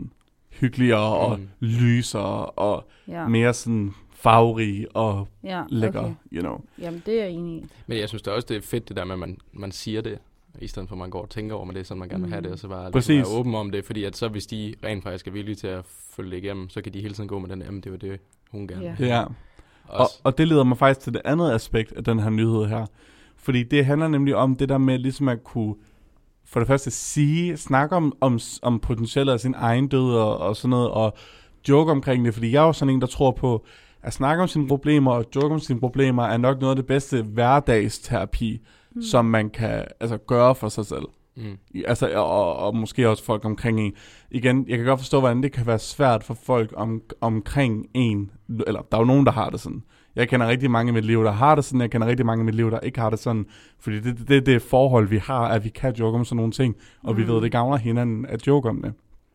hyggeligere og Mm. lysere og Ja, mere sådan farverig og ja lækker, okay. you know. Jamen, det er jeg enig i. Men jeg synes da også, det er fedt det der med, at man, man siger det, i stedet for at man går og tænker over med det, så man gerne vil have det, og så bare Præcis. ligesom være åben om det. Fordi at så hvis de rent faktisk er villige til at følge det igennem, så kan de hele tiden gå med den, jamen det var det, hun gerne Ja. ville. Ja. Og, Også. og det leder mig faktisk til det andet aspekt af den her nyhed her. Fordi det handler nemlig om det der med ligesom at kunne for det første sige, snakke om, om, om potentialet af sin egen død og, og sådan noget, og joke omkring det. Fordi jeg er jo sådan en, der tror på, at snakke om sine problemer og joke om sine problemer er nok noget af det bedste hverdagsterapi, mm. som man kan altså, gøre for sig selv. Mm. I- Altså, og, og måske også folk omkring en. Igen, jeg kan godt forstå, hvordan det kan være svært for folk om, omkring en. Eller, der er jo nogen, der har det sådan. Jeg kender rigtig mange i mit liv, der har det sådan. Jeg kender rigtig mange i mit liv, der ikke har det sådan. Fordi det er det, det, det forhold, vi har, at vi kan joke om sådan nogle ting. Og mm. vi ved, det gavner hinanden at joke om det.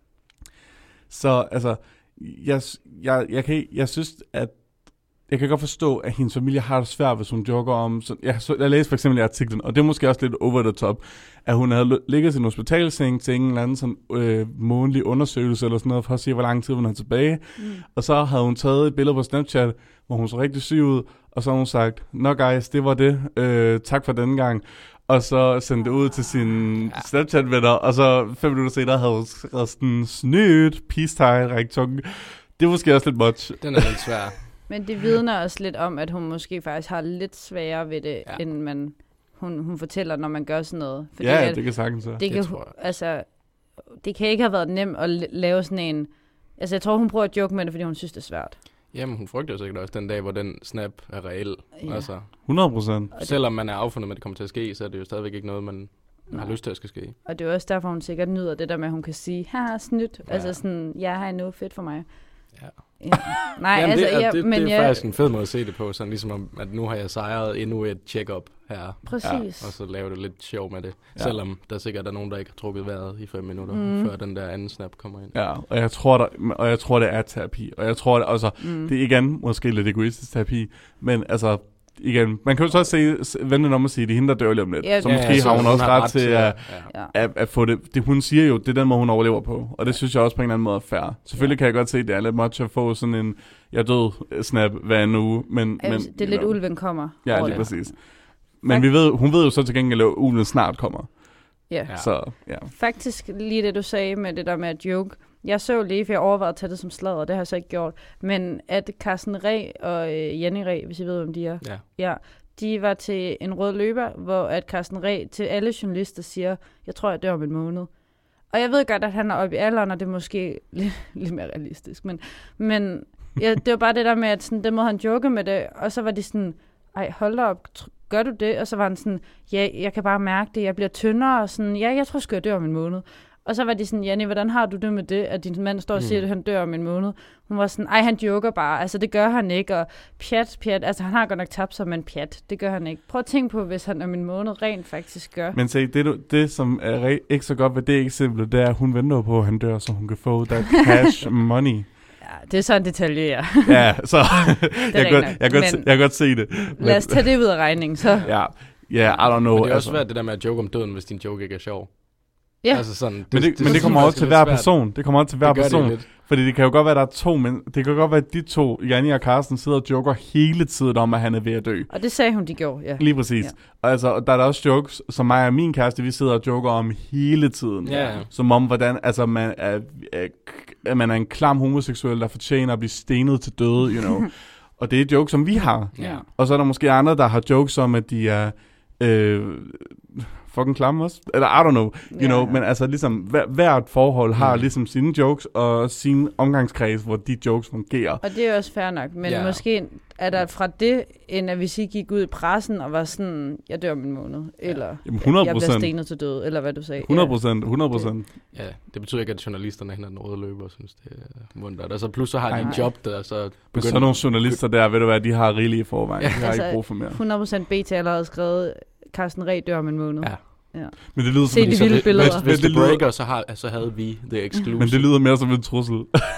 Så, altså, jeg, jeg, jeg, kan, jeg synes, at jeg kan godt forstå, at hendes familie har det svært, hvis hun joker om... Så, jeg, så, jeg læste for eksempel i artiklen, og det er måske også lidt over the top, at hun havde ligget i en hospitalseng til en eller anden sådan, øh, månedlig undersøgelse eller sådan noget, for at se, hvor lang tid hun havde tilbage. Mm. Og så havde hun taget et billede på Snapchat, hvor hun så rigtig syg ud, og så har hun sagt, nå guys, det var det. Øh, tak for denne gang. Og så sendte det ud til sine ja. Snapchat-venner, og så fem minutter senere havde hun skrevet sådan, snydt, peace-tie, ræktunge. Det er måske også lidt much. Den er lidt svær. Men det vidner også lidt om, at hun måske faktisk har lidt sværere ved det, Ja. end man, hun, hun fortæller, når man gør sådan noget. Fordi Ja, at det kan sagtens være. det, Det kan, tror jeg. altså, det kan ikke have været nemt at la- lave sådan en... Altså, jeg tror, hun prøver at joke med det, fordi hun synes, det er svært. Jamen, hun frygter jo sikkert også den dag, hvor den snap er reel. Ja. Altså, hundrede procent. Og det- selvom man er affundet med, at det kommer til at ske, så er det jo stadigvæk ikke noget, man Nej. har lyst til at skal ske. Og det er også derfor, hun sikkert nyder det der med, at hun kan sige, haha, snydt. Ja. Altså sådan, jeg har endnu fedt for mig. Ja. Ja. Nej, Jamen, altså, det, er, ja, det, men det er jeg, faktisk en fed måde at se det på, sådan ligesom om, at nu har jeg sejret endnu et check-up her, præcis. og så laver det lidt sjov med det. Ja. Selvom der sikkert er nogen, der ikke har trukket vejret i fem minutter, Mm. mm. før den der anden snap kommer ind. Ja, og jeg tror, der, og jeg tror, det er terapi. Og jeg tror, det, altså, Mm. det er igen måske lidt egoistisk terapi, men altså, igen, man kan jo så også se, s- vende om at sige, det er hende, der dør lige om lidt. Ja, så ja, måske så har hun også ret til at, ja. Ja. at, at få det, det. Hun siger jo, det er den måde, hun overlever på. Og det synes jeg også på en eller anden måde er fair. Selvfølgelig kan jeg godt se, at det er lidt much at få sådan en, jeg død snap hver en uge. Men, Ja, men, det er lidt you know. ulven kommer. Ja, over lige det. præcis. Men vi ved, hun ved jo så til gengæld, at ulven snart kommer. Ja. Ja. Så ja. Faktisk lige det, du sagde med det der med at joke. Jeg så lige, for jeg overvejede at tage det som sladder, det har jeg så ikke gjort. Men at Carsten Reh og øh, Jenny Reh, hvis I ved, hvem de er, Ja. ja, de var til en rød løber, hvor at Carsten Reh til alle journalister siger, jeg tror, jeg dør om en måned. Og jeg ved godt, at han er oppe i alderen, og det er måske lidt, lidt mere realistisk. Men, men ja, det var bare det der med, at sådan, den måde han joke med det, og så var de sådan, ej, hold da op, tr- gør du det? Og så var han sådan, ja, jeg kan bare mærke det, jeg bliver tyndere, og sådan, ja, jeg tror sgu, jeg dør om en måned. Og så var de sådan, Janni, hvordan har du det med det, at din mand står og siger, Mm. at han dør om en måned? Hun var sådan, ej, han joker bare, altså det gør han ikke, og pjat, pjat, altså han har godt nok tabt sig, men pjat, det gør han ikke. Prøv at tænke på, hvis han om en måned rent faktisk gør. Men se, det, du- det som er re- ikke så godt ved det eksempel, det er, at hun venter på, at han dør, så hun kan få that cash money. Ja, det er så en detalje, ja. Ja, så jeg, rigtigt kan godt, nok, jeg, kan godt, se- men- jeg kan godt se det. Men, Lad os tage det ud af regningen, så. Ja, ja, I don't know. Men det er også altså. svært det der med at joke om døden, hvis din joke ikke er sjov. Ja. Altså sådan, Men det, men det synes kommer jeg også faktisk til er hver lidt svært. person. Det kommer også til hver Det gør det person. lidt. Fordi det kan jo godt være, at der er to, men det kan godt være, at de to, Janni og Carsten, sidder og joker hele tiden om, at han er ved at dø. Og det sagde hun, de gjorde, ja. Lige præcis. Ja. Og altså, og der er der også jokes, som mig og min kæreste, vi sidder og joker om hele tiden. Ja, ja. Som om, hvordan altså, man, er, er, at man er en klam homoseksuel, der fortjener at blive stenet til døde, you know. Og det er jokes, som vi har. Ja. Og så er der måske andre, der har jokes om, at de er øh, fucking klamme også. Eller I don't know, you Ja, know. ja. Men altså ligesom, hver, hvert forhold har Mm. ligesom sine jokes og sin omgangskreds, hvor de jokes fungerer. Og det er også fair nok, men Ja. måske er der fra det, end at hvis I gik ud i pressen og var sådan, jeg dør om en måned, eller Jamen, hundrede jeg bliver procent. stenet til død, eller hvad du sagde. hundrede procent, hundrede procent. Ja, det betyder ikke, at journalisterne hende den røde løber, synes det er mundt. Og så plus så har de Nej. en job der, så Men begynder... så nogle journalister der, ved du hvad, de har rigeligt i forvejen. Ja. De har Altså, ikke brug for mere. hundrede procent B T allerede skrevet, Carsten Reh dør om en måned. Ja. Men det lyder Se som, de Så vilde hvis- billeder. Hvis, hvis Men det det lyder- breaker, så, har, så havde vi the exclusive. men det lyder mere som en trussel.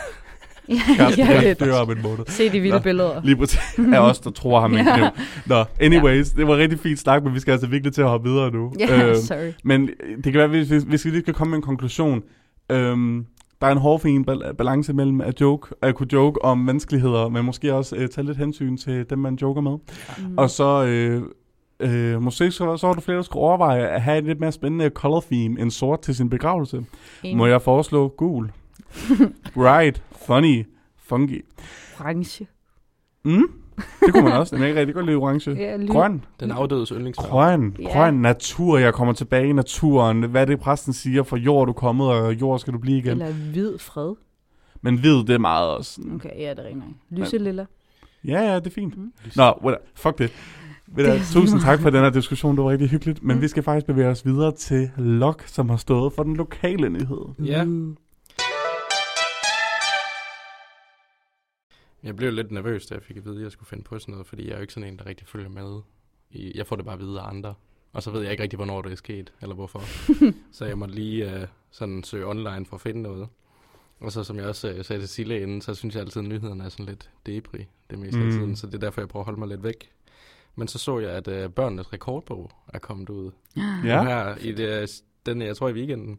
ja, Carsten ja, Reh lidt. dør om en måned. Se de vilde Nå. billeder. Lige præcis af os, der tror ham ikke. Ja. Nå, anyways, det var rigtig fint snak, men vi skal altså virkelig til at hoppe videre nu. Ja, Øhm, sorry. Men det kan være, hvis vi, hvis vi lige skal komme med en konklusion. Øhm, der er en hårfin bal- balance mellem at joke, at kunne joke om menneskeligheder, men måske også øh, tage lidt hensyn til dem, man joker med. Mm. Og så øh, øh, måske så, så har du flere, der skulle overveje at have et lidt mere spændende color theme end sort til sin begravelse. Enig. Må jeg foreslå gul? Bright, funny, funky. Orange. Mm? Det kunne man også. Den er ikke rigtig godt lide orange. Ja, ly- Grøn. Den afdødes yndlingsfarve. Grøn. Ja. Grøn. Natur. Jeg kommer tilbage i naturen. Hvad er det, præsten siger? For jord er du kommet, og jord skal du blive igen. Eller hvid fred. Men hvid, det er meget også. Okay, ja, det er rigtig nok. Lyselilla. Ja, ja, det er fint. Mm. Nå, whatever. Fuck det. Ved du, Det er tusind lige tak for den her diskussion. Det var rigtig hyggeligt. Men Mm. vi skal faktisk bevæge os videre til Lok, som har stået for den lokale nyhed. Ja. Mm. Jeg blev lidt nervøs, da jeg fik at vide, at jeg skulle finde på sådan noget, fordi jeg er jo ikke sådan en, der rigtig følger med. I, jeg får det bare at vide af andre. Og så ved jeg ikke rigtig, hvornår det er sket, eller hvorfor. Så jeg måtte lige uh, sådan søge online for at finde noget. Og så som jeg også uh, sagde til Sille inden, så synes jeg altid, at nyhederne er sådan lidt debris det meste Mm. af tiden. Så det er derfor, jeg prøver at holde mig lidt væk. Men så så jeg, at uh, børnenes rekordbog er kommet ud. Ja. Nu her i det, den, jeg tror i weekenden.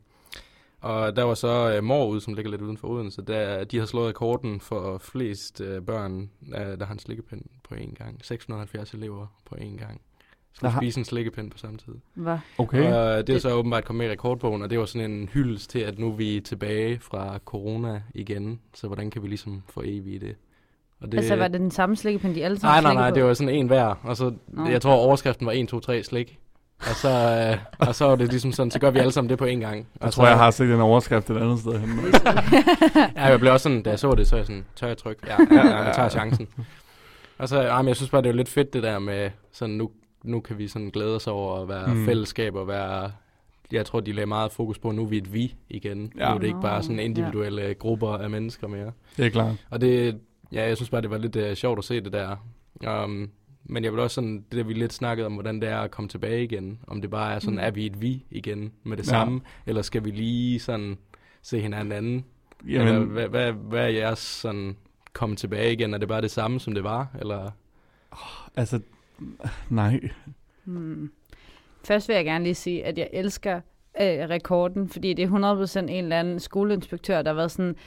Og der var så uh, Mor ude, som ligger lidt uden for Odense. Der, de har slået rekorden for flest uh, børn, uh, der har en slikkepind på én gang. seks hundrede og halvfjerds elever på én gang. Skulle Aha. spise en slikkepind på samme tid. Hvad? Okay. Og det er Det- så åbenbart kommet med i rekordbogen, og det var sådan en hyldest til, at nu er vi tilbage fra corona igen. Så hvordan kan vi ligesom få evigt det? Og det Altså, var det den samme slikkepind, de alle sammen Nej, nej, slikker nej, på? det var sådan en hver. Og så, Nå. jeg tror, overskriften var en, to, tre slik. Og så, øh, og så var det ligesom sådan, så gør vi alle sammen det på én gang. Og Jeg så, tror, jeg har set den overskrift et andet sted henne. Ja, jeg blev også sådan, da jeg så det, så er jeg sådan, tør jeg trykke? Ja, ja, ja, jeg tager chancen. Og så, ja, men jeg synes bare, det er lidt fedt det der med, sådan nu, nu kan vi sådan glæde os over at være Mm. mm. fællesskab og være, jeg tror, de lagde meget fokus på, nu er vi et vi igen. Ja. Nu er det ikke bare Nå, sådan individuelle ja. grupper af mennesker mere. Det er klart. Og det, ja, jeg synes bare, det var lidt uh, sjovt at se det der. Um, men jeg vil også sådan, det der vi lidt snakkede om, hvordan det er at komme tilbage igen. Om det bare er sådan, Mm. er vi et vi igen med det Ja. samme? Eller skal vi lige sådan se hinanden anden? Jamen, Eller hvad, hvad, hvad er jeres sådan komme tilbage igen? Er det bare det samme, som det var? Eller? altså, nej. Hmm. Først vil jeg gerne lige sige, at jeg elsker øh, rekorden, fordi det er hundrede procent en eller anden skoleinspektør, der har været sådan,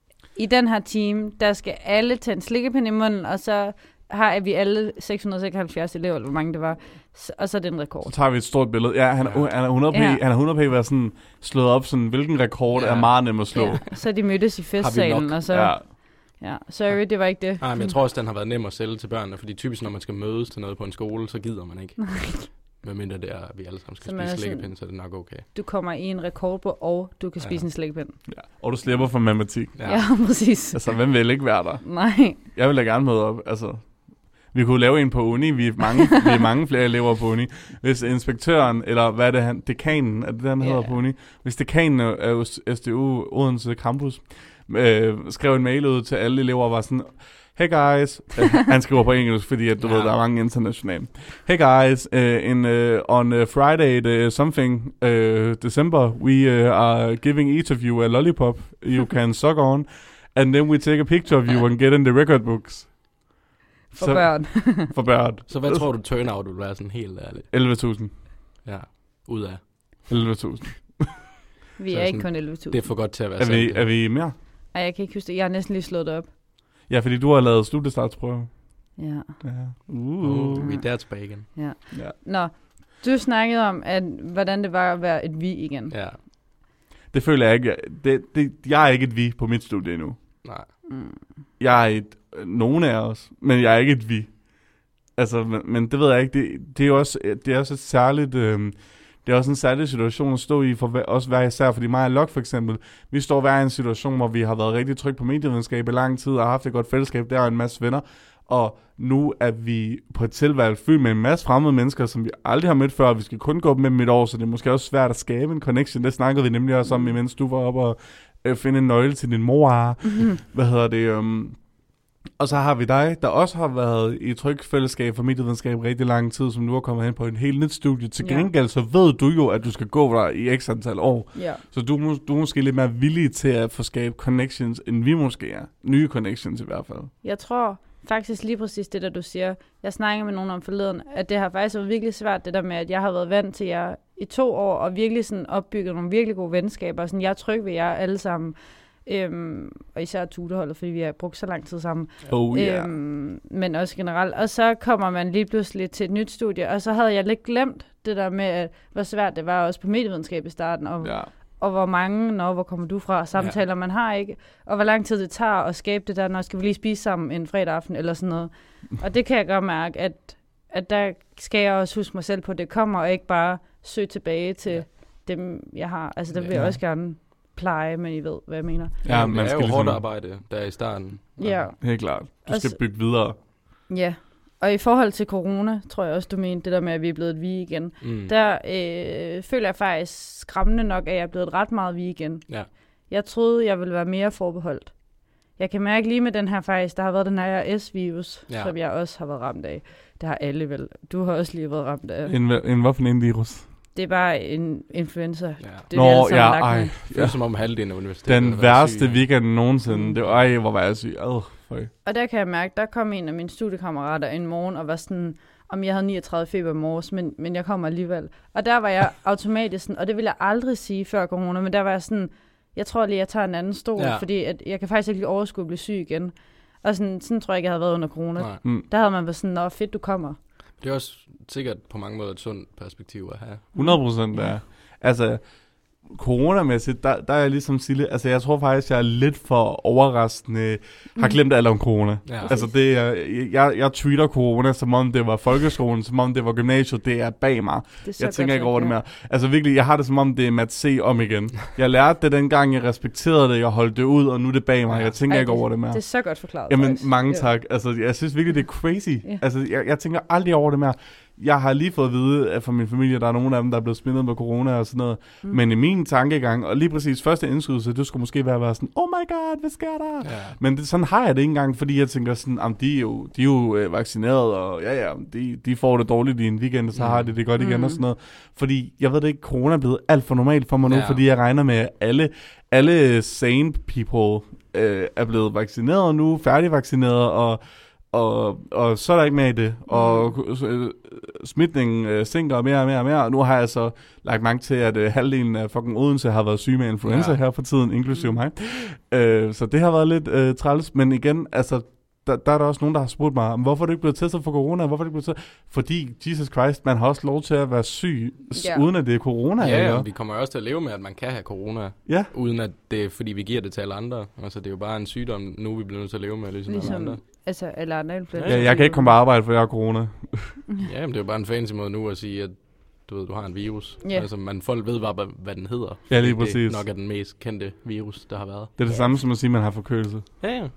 i den her team, der skal alle tage en slikkepind i munden, og så har vi alle seks hundrede og seksoghalvfjerds elever, eller hvor mange det var, S- og så er det en Så rekord. tager vi et stort billede. Ja, han, Ja. ja. han er hundrede p. Ja. Han er hundrede p været sådan slået op sådan, hvilken rekord Ja. er meget nem at slå. Ja, så de mødtes i festsalen, nok? og så... Ja. Ja, sorry, det var ikke det. Nej, men jeg tror også, den har været nem at sælge til børnene, fordi typisk, når man skal mødes til noget på en skole, så gider man ikke. Nej. Medmindre det er, at vi alle sammen skal Så man er spise sådan- slikkepind, så er det nok okay. Du kommer i en rekordbog, og du kan Ja. spise en slikkepind. Ja. Og du slipper for matematik. Ja, ja præcis. Altså, hvem vil ikke være der? Nej. Jeg vil da gerne møde op. Altså, vi kunne lave en på uni. Vi er mange, vi er mange flere elever på uni. Hvis inspektøren, eller hvad er det han, dekanen, er det den hedder Ja. på uni? Hvis dekanen af S D U Odense Campus øh, skrev en mail ud til alle elever og var sådan, hey guys, uh, han skriver på engelsk, fordi at, du Ja. ved, der er mange internationale. Hey guys, uh, in, uh, on uh, Friday the something uh, December, we uh, are giving each of you a lollipop you can suck on, and then we take a picture of you and get in the record books. For Så- børn. For børn. Så hvad tror du, turnout vil være sådan helt ærligt? elleve tusind. Ja, ud af. elleve tusind. Vi Så er ikke sådan- kun elleve tusind. Det er for godt til at være Er vi, sandt. er vi mere? Ej, jeg kan ikke huske det. Jeg har næsten lige slået det op. Ja, fordi du har lavet studiestartsprøve. Ja. Ja. Uh, Uh. vi er der tilbage igen. ja. Ja. Nå, du snakkede om, at, hvordan det var at være et vi igen. Ja, Det føler jeg ikke. Det, det, jeg er ikke et vi på mit studie endnu. nej. Mm. Jeg er et, nogen af os, men jeg er ikke et vi. Altså, men, men det ved jeg ikke. Det, det er jo også, det er også et særligt, øh, det er også en særlig situation at stå i for hver, også hver især. Fordi mig og Lok for eksempel, vi står hver i en situation, hvor vi har været rigtig trygt på medievidenskab i lang tid og har haft et godt fællesskab der og en masse venner. Og nu er vi på et tilvalg fyldt med en masse fremmede mennesker, som vi aldrig har mødt før, og vi skal kun gå med dem et år, så det er måske også svært at skabe en connection. Det snakkede vi nemlig også om, imens du var oppe og øh, finde en nøgle til din mor. Mm-hmm. Hvad hedder det? Um, og så har vi dig, der også har været i trygt fællesskab for medievidenskab rigtig lang tid, som nu er kommet hen på en helt nyt studie. Til Ja. gengæld så ved du jo, at du skal gå der i x antal år. Ja. Så du, må- du er måske lidt mere villig til at få skabe connections, end vi måske er. Nye connections i hvert fald. Jeg tror faktisk lige præcis det, der du siger. Jeg snakkede med nogen om forleden, at det har faktisk været virkelig svært, det der med, at jeg har været vant til jer i to år, og virkelig sådan opbygget nogle virkelig gode venskaber. Sådan, jeg er tryg ved jer alle sammen. Øhm, og især tutorholdet, fordi vi har brugt så lang tid sammen. Oh, yeah. øhm, men også generelt. Og så kommer man lige pludselig til et nyt studie, og så havde jeg lidt glemt det der med, at, hvor svært det var også på medievidenskab i starten, og, Ja. og hvor mange, når hvor kommer du fra, samtaler ja. man har ikke, og hvor lang tid det tager at skabe det der, når skal vi lige spise sammen en fredag aften, eller sådan noget. Og det kan jeg godt mærke, at, at der skal jeg også huske mig selv på, at det kommer, og ikke bare søge tilbage til ja. dem, jeg har. Altså, der vil Ja. jeg også gerne pleje, men I ved, hvad jeg mener. Ja, Ja, man det er skal jo ligesom- hårdt arbejde, der er i starten. Ja, Helt klart. Du skal Altså- bygge videre. ja. Og i forhold til corona, tror jeg også, du mente det der med, at vi er blevet et vi igen. Mm. Der øh, føler jeg faktisk skræmmende nok, at jeg er blevet ret meget vi igen. Ja. Jeg troede, jeg ville være mere forbeholdt. Jeg kan mærke lige med den her faktisk, der har været den her S-virus, Ja. som jeg også har været ramt af. Det har alle vel. Du har også lige været ramt af. En, en hvad for en virus? Det er bare en influenza. Ja. Det er vi alle Nå, sammen ja, lagt ej. med. Det føles Ja. som om halvdelen af universitetet Den har været værste syg. weekend nogensinde. Mm. Det var, ej, hvor var jeg syg. Ad, føj. Og der kan jeg mærke, der kom en af mine studiekammerater en morgen og var sådan, om jeg havde niogtredive feber i morges, men, men jeg kommer alligevel. Og der var jeg automatisk sådan, og det ville jeg aldrig sige før corona, men der var jeg sådan, jeg tror lige, jeg tager en anden stol, Ja. ja. fordi at jeg kan faktisk ikke lige overskue at blive syg igen. Og sådan, sådan tror jeg ikke, jeg havde været under corona. Nej. Mm. Der havde man været sådan, nå fedt, du kommer. Det er også sikkert på mange måder et sundt perspektiv at have. hundrede procent ja. Altså, coronamæssigt, der, der er jeg ligesom Sille. Altså, jeg tror faktisk, jeg er lidt for overraskende. Har glemt alt om corona. Ja. Altså, det er, jeg, jeg tweeter corona, som om det var folkeskolen, som om det var gymnasiet. Det er bag mig. Det er så Jeg tænker godt ikke over det sagt, mere. Altså virkelig, jeg har det som om, det er Matt C. om igen. Jeg lærte det dengang, jeg respekterede det, jeg holdt det ud, og nu er det bag mig. Ja. Jeg tænker Ej, ikke over det mere. Det er så godt forklaret. Jamen, faktisk. mange Ja. tak. Altså, jeg synes virkelig, det er crazy. Ja. Altså, jeg, jeg tænker aldrig over det mere. Jeg har lige fået at vide at fra min familie, der er nogle af dem, der er blevet smittet med corona og sådan noget. Mm. Men i min tankegang, og lige præcis første indskydelse, det skulle måske være at være sådan, oh my god, hvad sker der? Ja. Men det, sådan har jeg det ikke engang, fordi jeg tænker sådan, om de er jo, de er jo øh, vaccineret, og ja, ja, de, de får det dårligt i en weekend, og så Mm. har de det godt igen Mm. og sådan noget. Fordi, jeg ved det ikke, corona er blevet alt for normalt for mig nu, Ja. fordi jeg regner med, at alle, alle sane people øh, er blevet vaccineret nu, færdigvaccineret, og Og, og så er der ikke mere i det. Og øh, smitningen øh, sænker mere og mere og mere. Og nu har jeg så lagt mærke til, at øh, halvdelen af fucking Odense har været syge med influenza Ja. her for tiden, inklusive mig. Øh, så det har været lidt øh, træls. Men igen, altså, der, der er der også nogen, der har spurgt mig, hvorfor er du ikke blevet testet for corona? Hvorfor er du ikke blevet testet? Fordi, Jesus Christ, man har også lov til at være syg, s- Ja. uden at det er corona. Ja, eller? ja, vi kommer jo også til at leve med, at man kan have corona, Ja. uden at det er, fordi vi giver det til alle andre. Altså, det er jo bare en sygdom, nu vi bliver nødt til at leve med, ligesom, ligesom alle Ligesom, andre. altså, eller andre influencer. Ja, jeg kan ikke komme på arbejde, for jeg har corona. Ja, men det er jo bare en fancy måde nu at sige, at du ved, du har en virus. Ja. Altså, man, folk ved bare, hvad, hvad den hedder. Ja, lige Fordi præcis. Det nok er den mest kendte virus, der har været. Det er det Ja. samme som at sige, at man har forkølelse. Ja, ja.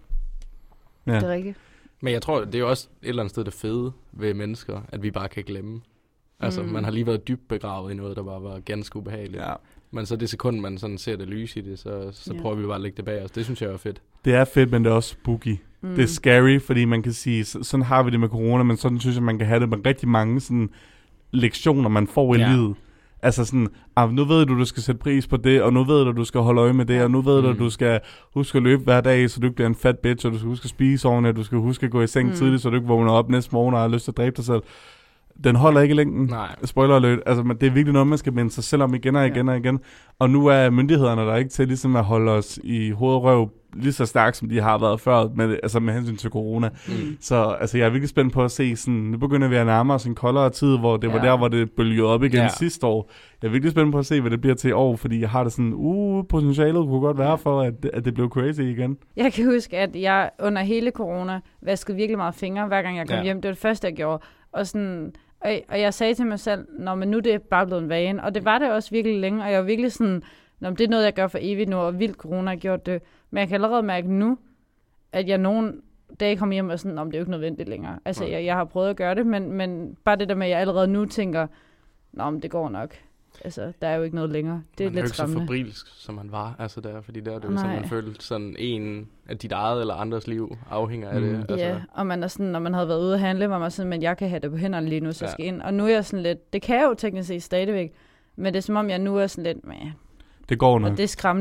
Ja. Det er rigtigt. Men jeg tror, det er jo også et eller andet sted det fede ved mennesker, at vi bare kan glemme. Altså, Mm. man har lige været dybt begravet i noget, der bare var ganske ubehageligt. Ja. Men så det sekund, man sådan ser det lys i det, så, så Ja. prøver vi bare at lægge det bag os. Det synes jeg er fedt. Det er fedt, men det er også spooky. Mm. Det er scary, fordi man kan sige, så, sådan har vi det med corona, men sådan synes jeg, man kan have det med rigtig mange sådan, lektioner, man får i Ja. livet. Altså sådan, ah, nu ved du, du skal sætte pris på det, og nu ved du, du skal holde øje med det, og nu ved du, Mm. du skal huske at løbe hver dag, så du ikke bliver en fat bitch, og du skal huske at spise ordentligt, og du skal huske at gå i seng Mm. tidligt, så du ikke vågner op næste morgen og har lyst til at dræbe dig selv. Den holder ikke i længden. Nej. Spoiler alert. Altså, men det er virkelig noget, man skal minde sig selv om igen og igen Ja. og igen. Og nu er myndighederne der ikke til ligesom at holde os i hoved og røv lige så stærkt, som de har været før, med, altså med hensyn til corona. Mm. Så altså, jeg er virkelig spændt på at se, sådan, nu begynder vi at nærme os en koldere tid, hvor det var Ja. der, hvor det bølgede op igen Ja. ja. sidste år. Jeg er virkelig spændt på at se, hvad det bliver til i år, fordi jeg har det sådan, uh, potentialet kunne godt være for, at, at det blev crazy igen. Jeg kan huske, at jeg under hele corona vaskede virkelig meget fingre, hver gang jeg kom Ja. ja. hjem. Det var det første, jeg gjorde. Og, sådan, og, og jeg sagde til mig selv, nå, men nu er det bare blevet en vane. Og det var det også virkelig længe, og jeg var virkelig sådan, nå, men det er noget, jeg gør for evigt nu, og vildt corona har gjort det. Men jeg kan allerede mærke nu, at jeg nogle dage kommer hjem og sådan, nå, men det er jo ikke nødvendigt længere. Altså, Nej. jeg, jeg har prøvet at gøre det, men, men bare det der med, at jeg allerede nu tænker, nå, men det går nok. Altså, der er jo ikke noget længere. Det er man er jo lidt ikke så skræmmende. fabrilsk, som man var, altså der, fordi der er det jo sådan, Nej. man følte sådan en af dit eget eller andres liv afhænger af Mm. det. Altså, Ja, og man er sådan, når man havde været ude at handle, var man sådan, men jeg kan have det på hænderne lige nu, så jeg Ja. skal ind. Og nu er jeg sådan lidt, det kan jeg jo teknisk set stadigvæk, men det er som om, jeg nu er sådan lidt, meh. Det går nok. Og det er skræmmende.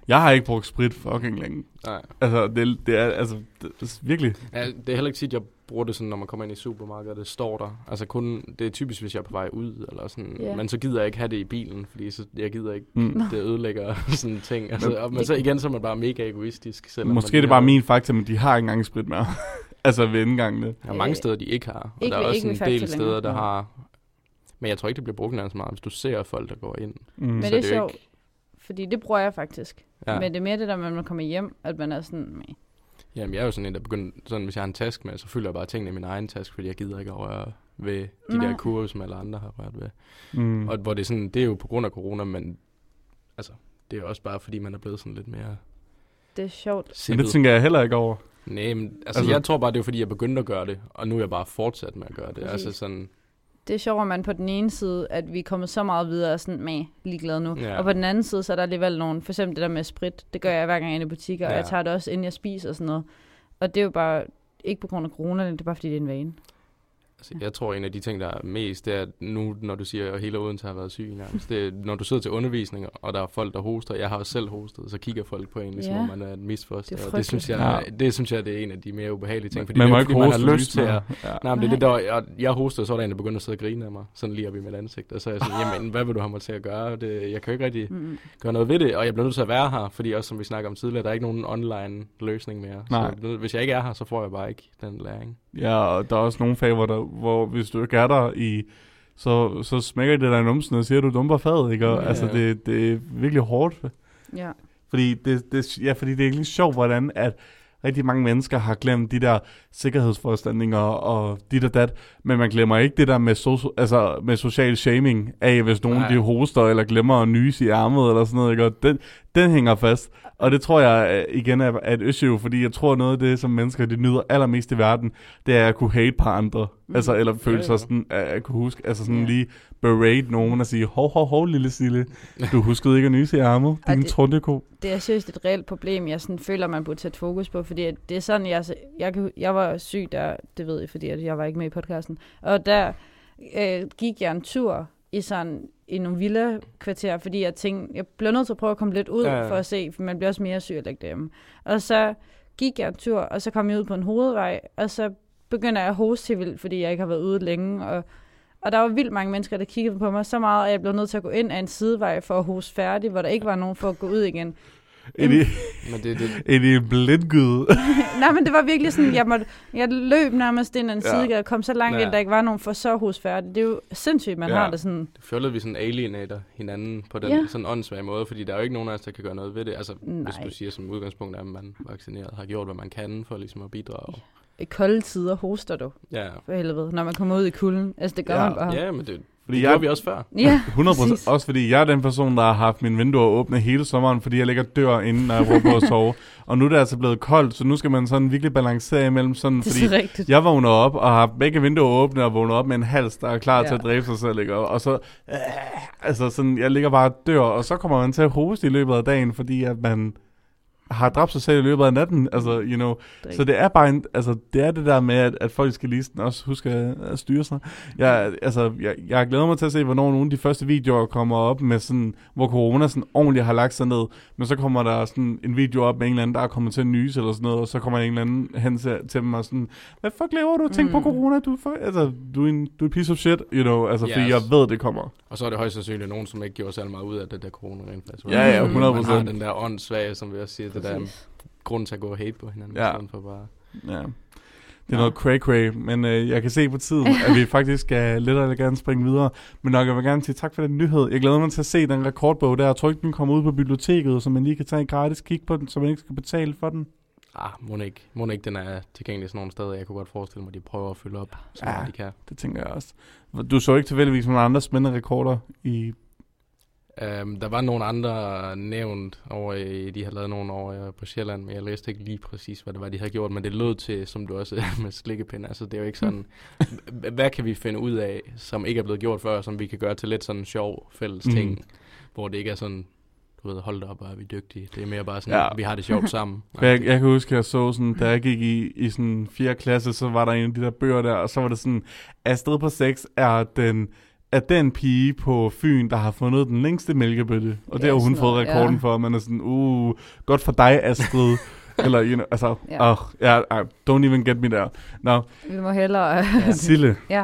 Jeg har ikke brugt sprit fucking længe. Nej. Altså, det, det er altså det, det er virkelig... Ja, det er heller ikke tit, jeg bruger det sådan, når man kommer ind i supermarkedet, det står der. Altså kun, det er typisk, hvis jeg er på vej ud, eller sådan. Yeah. Men så gider jeg ikke have det i bilen, fordi så, jeg gider ikke, Mm. det ødelægger sådan ting. Altså, men, og, men så igen, så er man bare mega egoistisk. Selvom Måske man er det bare har- min fakta, men de har ikke engang sprit mere. Altså ved indgangene. Der er mange steder, de ikke har. Og Ikke der er ved- også ikke ved en Fakta del længere. steder, der Ja. har... Men jeg tror ikke, det bliver brugt nærmest meget, hvis du ser folk, der går ind. Mm. Men Så det er det er jo sjovt, fordi det bruger jeg faktisk. Ja. Ja. Men det er mere det der, når man kommer hjem, at man er sådan... Meh. Jamen, jeg er jo sådan en, der begynder... Sådan, hvis jeg har en taske med, så fylder jeg bare tingene i min egen taske, fordi jeg gider ikke at røre ved de Nej. der kurve, som alle andre har rørt ved. Mm. Og hvor det er sådan... Det er jo på grund af corona, men... Altså, det er jo også bare, fordi man er blevet sådan lidt mere... Det er sjovt. Men Sippet. det tænker jeg heller ikke over. Nej, men altså, Altså- altså, jeg tror bare, det er fordi, jeg begyndte at gøre det, og nu er jeg bare fortsat med at gøre det. Præcis. Altså sådan... Det er sjovt, at man på den ene side, at vi er kommet så meget videre og sådan, meh, ligeglad nu. Ja. Og på den anden side, så er der alligevel nogen, for eksempel det der med sprit, det gør jeg hver gang jeg er inde i butikker, og Ja. jeg tager det også, inden jeg spiser og sådan noget. Og det er jo bare, ikke på grund af corona, det er bare fordi, det er en vane. Altså, jeg tror, en af de ting, der er mest, det er, at nu, når du siger, at hele Odense har været syg nærmest, det er, når du sidder til undervisning, og der er folk, der hoster, jeg har også selv hostet, så kigger folk på en, ligesom Ja. om man er et misfoster. Det er og det synes, jeg, frygteligt. ja. det synes jeg, det er en af de mere ubehagelige ting, fordi man det må er, ikke fordi man hoste har lyst til at... Ja. Nej, men det er det, der, jeg, jeg hostede, og så var der en, der begyndte at sidde og grine af mig, sådan lige op i mit ansigt, og så er jeg sådan, jamen, hvad vil du have mig til at gøre? Det, jeg kan jo ikke rigtig Mm. gøre noget ved det, og jeg bliver nødt til at være her, fordi også, som vi snakker om tidligere, der er ikke nogen online løsning mere. Nej. Så hvis jeg ikke er her, så får jeg bare ikke den læring. Ja, og der er også nogle fag, hvor, der, hvor hvis du ikke er der i, så, så smækker det dig i numsen og siger, at du dumper fadet, ikke? Og, Ja. altså, det, det er virkelig hårdt. Ja. Fordi det, det, ja, fordi det er egentlig sjovt, hvordan at rigtig mange mennesker har glemt de der sikkerhedsforanstaltninger og dit og dat, men man glemmer ikke det der med, so- altså med social shaming af, hvis nogen Nej. de hoster eller glemmer at nyse i ærmet eller sådan noget, ikke? Og den, den hænger fast. Og det tror jeg øh, igen er, er et issue, fordi jeg tror noget af det, som mennesker de nyder allermest i verden, det er at kunne hate på andre. Mm. Altså, eller føle Ja, sig ja. sådan, at, at kunne huske, altså sådan Ja. lige berate nogen og sige, hov, hov, hov, lille Sille, du huskede ikke at nyse i ærmet, Og din det- trundeko. Det er seriøst et reelt problem, jeg sådan føler, man burde sætte fokus på, fordi at det er sådan, jeg, jeg, kan- jeg var syg der, det ved jeg, fordi at jeg var ikke med i podcasten, og der øh, gik jeg en tur i sådan i nogle villa-kvarterer, fordi jeg tænkte, jeg blev nødt til at prøve at komme lidt ud Ja, ja, ja. for at se, for man bliver også mere syg at lægge derhjemme. Og så gik jeg en tur, og så kom jeg ud på en hovedvej, og så begynder jeg at hoste helt vildt, fordi jeg ikke har været ude længe, og Og der var vildt mange mennesker, der kiggede på mig så meget, at jeg blev nødt til at gå ind af en sidevej for at hoste færdig, hvor der ikke var nogen for at gå ud igen. Ind i, Men det, det, ind i en blindgyde. Nej, men det var virkelig sådan, jeg, måtte, jeg løb nærmest ind ad en Ja. sidegade og kom så langt Ja. ind, der ikke var nogen for så hoste færdig. Det er jo sindssygt, man Ja. ja. har det sådan. det følte vi sådan alienater hinanden på den Ja. sådan åndssvage måde, fordi der er jo ikke nogen af os, der kan gøre noget ved det. Altså, Nej. hvis du siger som udgangspunkt, at man vaccineret har gjort, hvad man kan for ligesom at bidrage. I kolde tider hoster du, Ja, for helvede, når man kommer ud i kulden. Altså, det gør Ja. man bare. ja men det, Fordi det jeg- gjorde vi også før. Ja, hundrede procent. præcis. Også fordi jeg er den person, der har haft mine vinduer åbne hele sommeren, fordi jeg ligger dør inden, når jeg bruger på at sove. Og nu er det altså blevet koldt, så nu skal man sådan virkelig balancere imellem sådan, Det er fordi så rigtigt. jeg vågner op og har begge vinduer åbne og vågner op med en hals, der er klar ja. til Ja. at dræbe sig selv, ikke? Og, og så, øh, altså sådan, jeg ligger bare og dør, og så kommer man til at hoste i løbet af dagen, fordi at man har dræbt sig selv i løbet af natten, altså, you know. Det er Så det er bare en, altså, det er det der med, at, at folk skal lige sådan også huske at, at styre sig. Jeg, altså, jeg, jeg glæder mig til at se, hvornår nogle af de første videoer kommer op med sådan, hvor corona sådan ordentligt har lagt sig ned, men så kommer der sådan en video op med en eller anden, der er kommet til at nyse eller sådan noget, og så kommer en eller anden hen til, til dem og sådan, hvad fuck laver du? Tænk mm. på Mm. corona, du er, for, altså, du er en, du er en piece of shit, you know, altså, Yes. fordi jeg ved, det kommer. Og så er det højst sandsynligt nogen, som ikke gjorde særlig meget ud af det der corona rent faktisk. Ja, ja, hundrede Man har procent. den der åndssvage, som vi også siger, det der Præcis. grund til at gå og hate på hinanden. Ja. I stedet for bare... Ja. Det er Nå. noget cray-cray, men øh, jeg kan se på tiden, at vi faktisk skal lidt eller gerne springe videre. Men nok, jeg vil gerne sige tak for den nyhed. Jeg glæder mig til at se den rekordbog der. Jeg tror ikke, den kommer ud på biblioteket, så man lige kan tage en gratis kig på den, så man ikke skal betale for den. Ah, må ikke, må ikke den er tilgængelig sådan nogle steder. Jeg kunne godt forestille mig, at de prøver at fylde op, så Ja. meget de kan. Det tænker jeg også. Du så ikke tilfældigvis nogle andre spændende rekorder i... Um, der var nogle andre nævnt over i, de har lavet nogle over på Sjælland, men jeg læste ikke lige præcis, hvad det var, de havde gjort, men det lød til, som du også med slikkepinde, altså det er jo ikke sådan, h- hvad kan vi finde ud af, som ikke er blevet gjort før, som vi kan gøre til lidt sådan en sjov fælles Mm. ting, hvor det ikke er sådan, du ved, hold da op, og er vi dygtige. Det er mere bare sådan, Ja. ja. vi har det sjovt sammen. For jeg, jeg kan huske, at jeg så sådan, da jeg gik i, i sådan fjerde klasse, så var der en af de der bøger der, og så var det sådan, afsted på seks er den er den pige på Fyn, der har fundet den længste mælkebøtte. Og Ja, det har hun sådan fået noget, rekorden ja. for. Man er sådan, uh, godt for dig, Astrid. Eller, you know, altså, Ja. oh, yeah, don't even get me there. Nå, Vi må hellere... Sille, ja.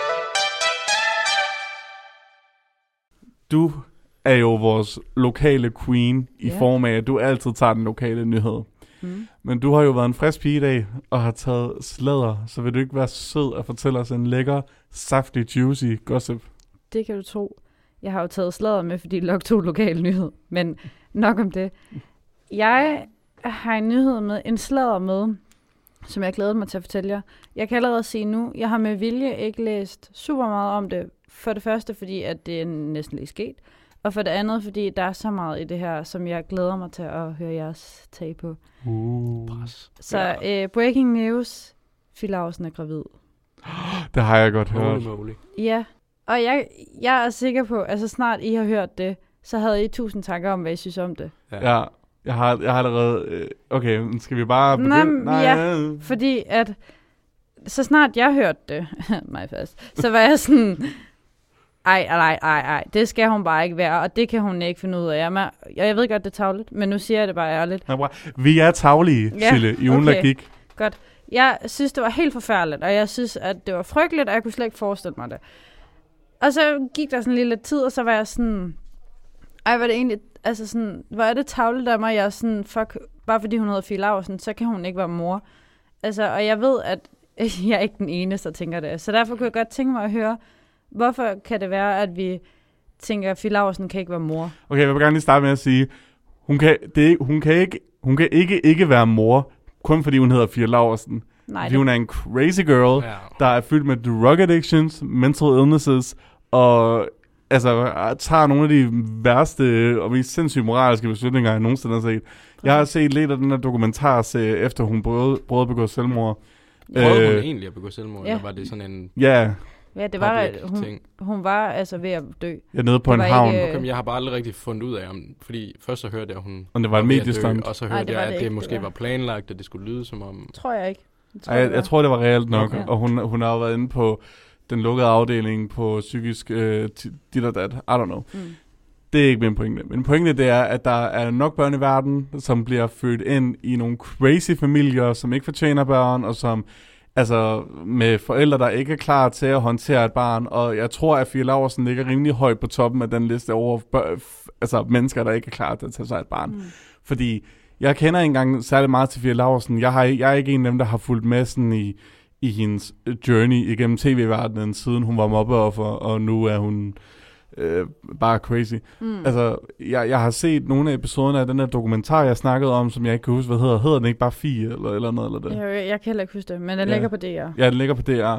du er jo vores lokale queen i Ja. form af, at du altid tager den lokale nyhed. Mm. Men du har jo været en frisk pige i dag, og har taget sladder, så vil du ikke være sød at fortælle os en lækker, saftig, juicy gossip? Det kan du tro. Jeg har jo taget sladder med, fordi log to lokal nyhed. Men nok om det. Jeg har en nyhed med, en sladder med, som jeg glæder mig til at fortælle jer. Jeg kan allerede sige nu, jeg har med vilje ikke læst super meget om det. For det første, fordi at det er næsten lige sket. Og for det andet, fordi der er så meget i det her, som jeg glæder mig til at høre jeres tag på. Uh. Pres. Så øh, breaking news. Fie Laursen er gravid. Det har jeg godt hørt. Holy moly. Ja, og jeg, jeg er sikker på, altså snart I har hørt det, så havde I tusind tanker om, hvad I synes om det. Ja, jeg har, jeg har allerede... Øh, okay, men skal vi bare Nå, begynde? ja. Fordi at, så snart jeg hørte det, mig først, så var jeg sådan, ej, ej, ej, ej, det skal hun bare ikke være, og det kan hun ikke finde ud af. Jeg, jeg ved godt, det er tavligt, men nu siger jeg det bare ærligt. Vi er taglige, Ja, Sille, i ugen, okay. der gik. Godt. Jeg synes, det var helt forfærdeligt, og jeg synes, at det var frygteligt, og jeg kunne slet ikke forestille mig det. Og så gik der sådan lige lidt tid, og så var jeg sådan, ej, var det egentlig, altså sådan, hvor er det tavligt af mig, jeg er sådan, fuck, bare fordi hun hedder Fie Laursen, så kan hun ikke være mor. Altså, og jeg ved, at jeg er ikke den eneste, der tænker det. Så derfor kunne jeg godt tænke mig at høre, hvorfor kan det være, at vi tænker, at Fie Laursen kan ikke være mor? Okay, jeg vil gerne lige starte med at sige, hun kan, det, hun kan, ikke, hun kan ikke ikke være mor, kun fordi hun hedder Fie Laursen. Nej, Fordi hun er en crazy girl, Ja. der er fyldt med drug addictions, mental illnesses, og altså tager nogle af de værste og mest sindssygt moralske beslutninger, jeg nogensinde har set. Jeg har set lidt af den her dokumentarserie, efter hun prøvede, prøvede at begå selvmord. Prøvede hun Øh, egentlig at begå selvmord, ja. eller var det sådan en Ja, Ja, det var, public hun, ting? hun var altså ved at dø. jeg er nede på Det en var havn, ikke- ikke, Okay, men jeg har bare aldrig rigtig fundet ud af, om, fordi først så hørte jeg, at hun og det var et ved at dø, mediestunt. og så Nej, hørte det var jeg, det at det ikke, måske det var- var planlagt, at det skulle lyde som om... Tror jeg ikke. Jeg tror, Jeg, det jeg var. tror, det var reelt nok, Okay. og hun, hun har jo været inde på den lukkede afdeling på psykisk øh, ti- dit og dat. I don't know. Mm. Det er ikke min pointe. Min pointe det er, at der er nok børn i verden, som bliver født ind i nogle crazy familier, som ikke fortjener børn, og som altså med forældre, der ikke er klar til at håndtere et barn. Og jeg tror, at Fie Laursen ligger rimelig højt på toppen af den liste over bør- f- altså mennesker, der ikke er klar til at tage sig et barn. Mm. Fordi jeg kender ikke engang særlig meget til Fie Laursen. Jeg, har, jeg er ikke en af dem, der har fulgt med sådan i, i hendes journey igennem tv-verdenen, siden hun var mobbeoffer, og nu er hun øh, bare crazy. Mm. Altså, jeg, jeg har set nogle af episoderne af den her dokumentar, jeg snakkede om, som jeg ikke kan huske, hvad hedder. Hedder den ikke bare Fie, eller, eller noget? Eller det? Jeg, jeg kan heller ikke huske det, men den Ja. ligger på D R. Ja, den ligger på D R.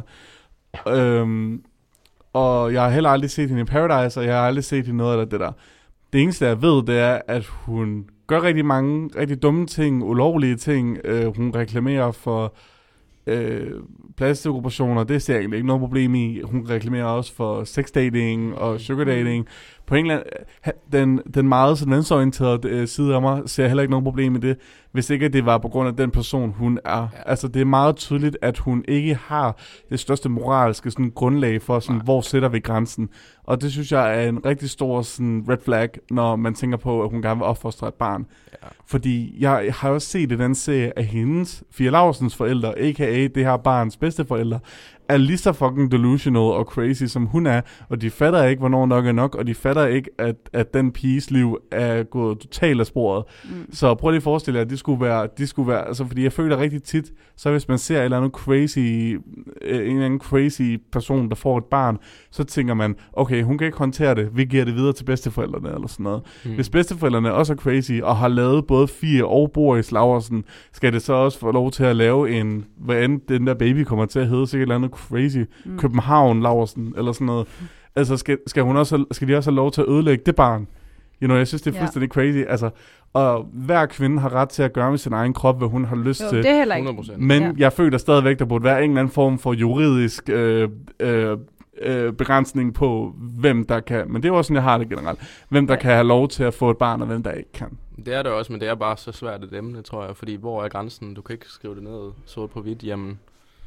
Øhm, og jeg har heller aldrig set hende i Paradise, og jeg har aldrig set hende noget af det der. Det eneste, jeg ved, det er, at hun gør rigtig mange rigtig dumme ting, ulovlige ting. Øh, hun reklamerer for øh, plastikoperationer, det ser jeg egentlig ikke noget problem i. Hun reklamerer også for sexdating og sugardating. På en eller anden, ha- den, den meget sådan venstreorienterede øh, side af mig ser heller ikke noget problem i det, hvis ikke det var på grund af den person, hun er. Ja. Altså, det er meget tydeligt, at hun ikke har det største moralske sådan, grundlag for, sådan, hvor sætter vi grænsen. Og det synes jeg er en rigtig stor sådan, red flag, når man tænker på, at hun gerne vil opfostre et barn. Ja. Fordi jeg har også set i den serie, at hendes, Fie Laursens forældre, a k a det her barns bedsteforældre, er lige så fucking delusional og crazy, som hun er, og de fatter ikke, hvornår nok er nok, og de fatter ikke, at, at den piges liv er gået totalt af sporet. Mm. Så prøv lige at forestille jer, at de skulle være, de skulle være, altså fordi jeg føler rigtig tit, så hvis man ser et eller andet crazy, øh, en eller anden crazy person, der får et barn, så tænker man, okay, hun kan ikke håndtere det, vi giver det videre til bedsteforældrene, eller sådan noget. Mm. Hvis bedsteforældrene også er crazy, og har lavet både Fie og Boris Laursen, skal det så også få lov til at lave en, hvad end den der baby kommer til at hedde, sikkert et eller andet crazy, Mm. København Laursen, eller sådan noget. Altså, skal, skal, hun også, skal de også have lov til at ødelægge det barn? You know, jeg synes, det er Ja. fuldstændig crazy. Altså, og hver kvinde har ret til at gøre med sin egen krop, hvad hun har lyst Jo, til. det er heller ikke. hundrede procent. Men Ja. ja. jeg føler stadigvæk, der burde være en eller anden form for juridisk øh, øh, øh, begrænsning på, hvem der kan. Men det er jo også sådan, jeg har det generelt. Hvem der Ja. kan have lov til at få et barn, og hvem der ikke kan. Det er det også, men det er bare så svært et emne, tror jeg. Fordi hvor er grænsen? Du kan ikke skrive det ned sort på hvidt. Jamen,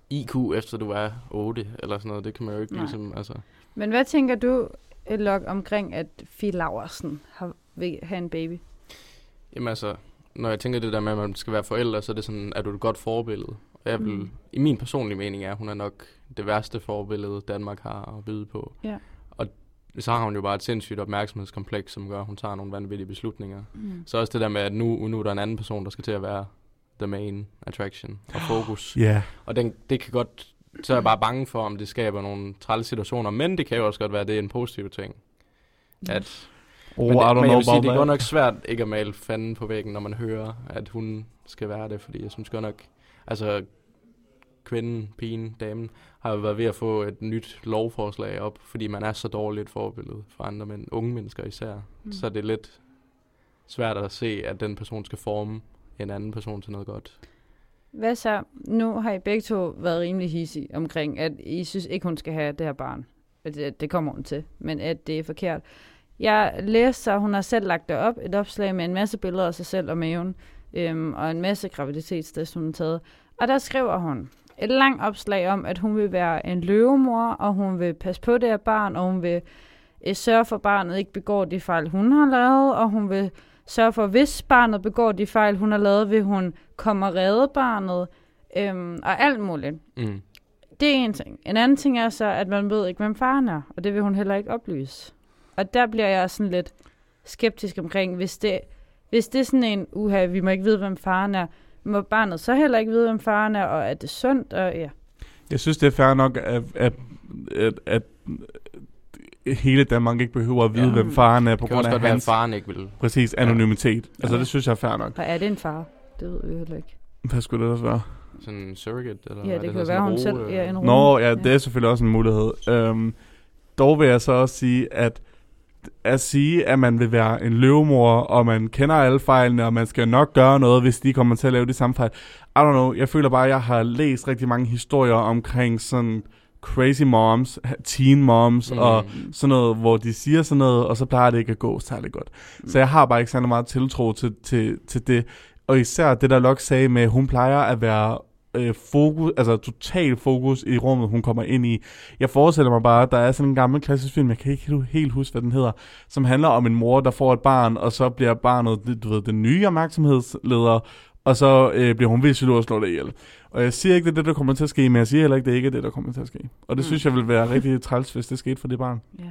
I Q efter du er otte, eller sådan noget. Det kan man jo ikke Nej. ligesom, altså... Men hvad tænker du, Lok, omkring, at Fie Laursen har, vil have en baby? Jamen altså, når jeg tænker det der med, at man skal være forældre, så er det sådan, er du et godt forbillede. Og jeg vil, Mm. i min personlige mening er, hun er nok det værste forbillede, Danmark har at byde på. Ja. Og så har hun jo bare et sindssygt opmærksomhedskompleks, som gør, at hun tager nogle vanvittige beslutninger. Mm. Så også det der med, at nu, nu er der en anden person, der skal til at være the main attraction og fokus. Ja. Yeah. Og den, det kan godt, så er jeg bare bange for, om det skaber nogle trælle situationer. Men det kan jo også godt være, at det er en positiv ting. At, Oh, men, I don't det, men know jeg vil sige, about det er that. godt nok svært ikke at male fanden på væggen, når man hører, at hun skal være det. Fordi jeg synes godt nok, altså kvinden, pigen, damen, har jo været ved at få et nyt lovforslag op, fordi man er så dårligt et forbillede for andre, men unge mennesker især. Mm. Så det er lidt svært at se, at den person skal forme en anden person til noget godt. Hvad så? Nu har I begge to været rimelig hissige omkring, at I synes ikke, hun skal have det her barn. At det, det kommer hun til, men at det er forkert. Jeg læste så, hun har selv lagt det op, et opslag med en masse billeder af sig selv og maven, øhm, og en masse graviditetstest, hun har taget. Og der skriver hun et langt opslag om, at hun vil være en løvemor, og hun vil passe på det her barn, og hun vil øh, sørge for, at barnet ikke begår de fejl, hun har lavet, og hun vil sørge for, hvis barnet begår de fejl, hun har lavet, vil hun komme og redde barnet, øhm, og alt muligt. Mm. Det er en ting. En anden ting er så, at man ved ikke, hvem faren er, og det vil hun heller ikke oplyse. Og der bliver jeg sådan lidt skeptisk omkring, hvis det, hvis det er sådan en, uha, vi må ikke vide, hvem faren er, må barnet så heller ikke vide, hvem faren er, og er det sundt, og ja. Jeg synes, det er fair nok, at, at, at, at hele Danmark ikke behøver at vide, Ja. ja. hvem faren er på Det kan grund også af godt være, at hans faren ikke vil. præcis anonymitet. Ja. Altså, Ja. det synes jeg er fair nok. Og er det en far? Det ved vi jo heller ikke. Hvad skulle det ellers være? Sådan en surrogate, eller Ja, hvad det er kan jo sådan være, en hun selv roe, er en eller- roe. Nå, ja, det er selvfølgelig også en mulighed. Øhm, dog vil jeg så også sige, at at sige, at man vil være en løvemor, og man kender alle fejlene, og man skal nok gøre noget, hvis de kommer til at lave de samme fejl. I don't know, jeg føler bare, at jeg har læst rigtig mange historier omkring sådan crazy moms, teen moms, mm. og sådan noget, hvor de siger sådan noget, og så plejer det ikke at gå særlig godt. Mm. Så jeg har bare ikke særlig meget tiltro til, til, til det. Og især det, der Lok sagde med, hun plejer at være øh, fokus, altså total fokus i rummet, hun kommer ind i. Jeg forestiller mig bare, at der er sådan en gammel klassisk film, jeg kan ikke helt huske, hvad den hedder, som handler om en mor, der får et barn, og så bliver barnet, du ved, den nye opmærksomhedsleder, og så øh, bliver hun vist og slår det ihjel. Og jeg siger ikke, det er det, der kommer til at ske, men jeg siger heller ikke, det er ikke det, der kommer til at ske. Og det mm. synes jeg vil være rigtig træls, hvis det skete for det barn. Ja.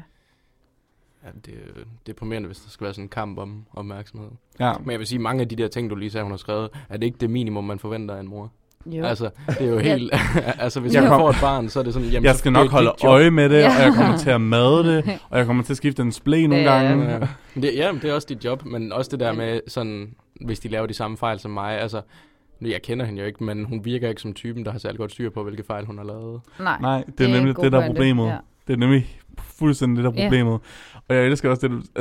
Ja, det er deprimerende, hvis der skal være sådan en kamp om opmærksomhed. Ja. Men jeg vil sige, mange af de der ting, du lige sagde, hun har skrevet, er det ikke det minimum, man forventer af en mor? Jo. Altså, det er jo helt... altså, hvis Jeg jeg kom- får et barn, så er det sådan... Jamen, Jeg så skal det er nok holde dit job. øje med det, Ja. og jeg kommer til at made det, og jeg kommer til at skifte en splæ nogle Ja. gange. Ja. Det, ja, men det er også dit job, men også det der med sådan, hvis de laver de samme fejl som mig, altså, nu, jeg kender hende jo ikke, men hun virker ikke som typen, der har særlig godt styr på, hvilke fejl hun har lavet. Nej, Nej, det er, det er en nemlig god det, der er pointe. problemet. Ja. Det er nemlig fuldstændig det, der er Ja. problemet. Og jeg elsker også det, du...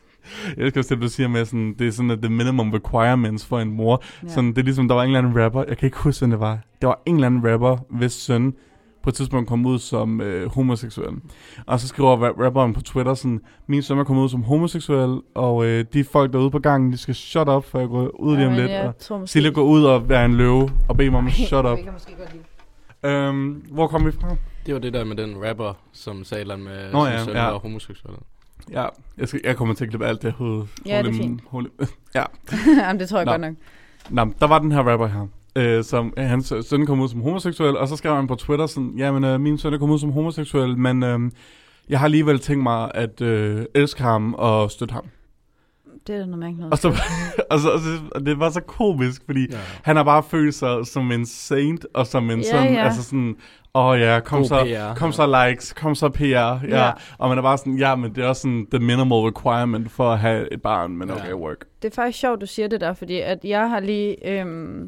Jeg elsker også det, du siger med, sådan, det er sådan, at the minimum requirements for en mor. Ja. Sådan, det er ligesom, der var en eller anden rapper, jeg kan ikke huske, hvem det var. Der var en eller anden rapper, hvis søn på et tidspunkt kom ud som øh, homoseksuel. Og så skriver ra- rapperen på Twitter sådan, min søn er kommet ud som homoseksuel, og øh, de folk derude på gangen, de skal shut up, for jeg går ud lige om men lidt. jeg Og tror måske- Silje går ud og være en løve, og beder mig om at shut up. Det kan måske godt lide. Øhm, hvor kom vi fra? Det var det der med den rapper, som sagde et eller andet med, Nå, sin ja, søn ja. var homoseksuel. Ja, jeg, skal, jeg kommer til at klippe alt det hoved. Ja, det er fint. Hold, ja. Jamen, det tror jeg Nå. godt nok. Nå, der var den her rapper her, øh, som øh, hans søn kom ud som homoseksuel, og så skrev han på Twitter sådan, jamen, øh, min søn er kommet ud som homoseksuel, men øh, jeg har alligevel tænkt mig at øh, elske ham og støtte ham. Det er da noget mærkeligt. Og, så, og, så, og, så, og det var så komisk, fordi Ja. han har bare følt sig som en saint, og som en Ja, sådan, ja. altså sådan, åh oh, ja, kom God så, P R. kom så likes, kom så P R, ja. Ja. ja. Og man er bare sådan, ja, men det er også sådan the minimal requirement for at have et barn, men Ja. okay, work. Det er faktisk sjovt, du siger det der, fordi at jeg har lige øhm,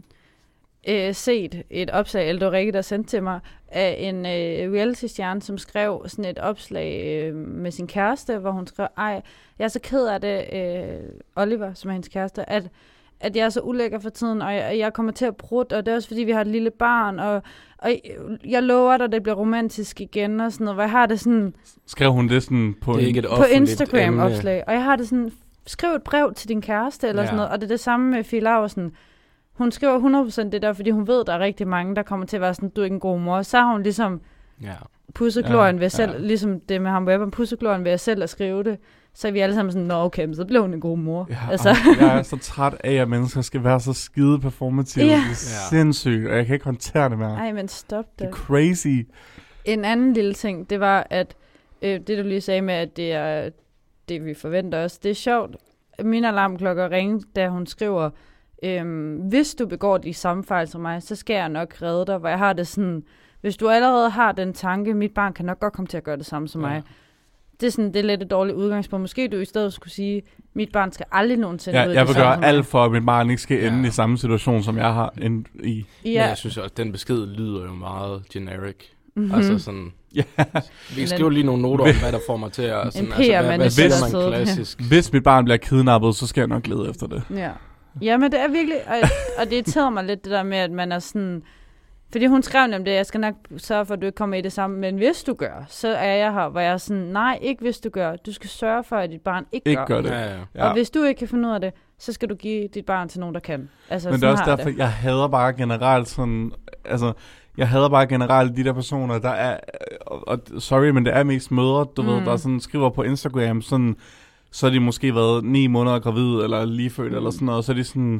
øh, set et opslag, Eldo Rikke, der sendte til mig, af en øh, reality-stjerne, som skrev sådan et opslag øh, med sin kæreste, hvor hun skrev, ej, jeg er så ked af det, øh, Oliver, som er hendes kæreste, at, at jeg er så ulækker for tiden, og jeg, jeg kommer til at prutte, og det er også fordi, vi har et lille barn, og, og jeg lover dig, det bliver romantisk igen, og sådan noget, hvor jeg har det sådan Skrev hun det sådan på Det er en... ikke et på offentligt Instagram-opslag, og jeg har det sådan, skriv et brev til din kæreste, eller Ja. sådan noget, og det er det samme med Fie Laursen. hun skriver hundrede procent det der, fordi hun ved, der er rigtig mange, der kommer til at være sådan, du er ikke en god mor. Så har hun ligesom Ja. pusset glorien Ja, ved selv, ja. ligesom det med ham, hvor pusset glorien ved at selv at skrive det. Så er vi alle sammen sådan, nå okay, men så blev hun en god mor. Ja, altså. altså. Jeg er så træt af, at mennesker skal være så skide performative. Ja. Det er sindssygt, og jeg kan ikke håndtere det mere. Ej, men stop Det det. er crazy. En anden lille ting, det var, at øh, det du lige sagde med, at det er det, vi forventer os. Det er sjovt. Min alarmklokke ringer, da hun skriver, øhm, hvis du begår de samme fejl som mig, så skal jeg nok redde dig. Hvor jeg har det sådan, hvis du allerede har den tanke, mit barn kan nok godt komme til at gøre det samme som Ja. mig. Det er sådan, det er lidt et dårligt udgangspunkt. Måske du i stedet skulle sige, mit barn skal aldrig nogensinde Ja, ud i jeg det vil samme gøre som mig. alt for, at mit barn ikke skal ende Ja. i samme situation, som jeg har endt i. Men Ja. jeg synes også, at den besked lyder jo meget generic. Mm-hmm. Altså sådan, Ja. vi skriver lige nogle noter om, hvad der får mig til at... Sådan, En altså, hvad, P R-mand, hvad der sætter sidder man og sidder. klassisk? Hvis mit barn bliver kidnappet, så skal jeg nok lede efter det. Ja. Ja, men det er virkelig, og, og det irriterer mig lidt det der med, at man er sådan, fordi hun skrev nemlig det, jeg skal nok sørge for, at du ikke kommer i det samme, men hvis du gør, så er jeg her, hvor jeg er sådan, nej, ikke hvis du gør, du skal sørge for, at dit barn ikke, Ikke gør. gør det. Ja, ja. Ja. Og hvis du ikke kan finde ud af det, så skal du give dit barn til nogen, der kan. Altså, Men det er også sådan har derfor, jeg jeg hader bare generelt sådan, altså, jeg hader bare generelt de der personer, der er, og, og sorry, men det er mest mødre, du mm. ved, der sådan skriver på Instagram, sådan, så har de måske været ni måneder gravide, eller lige født, mm. eller sådan noget, og så er de sådan,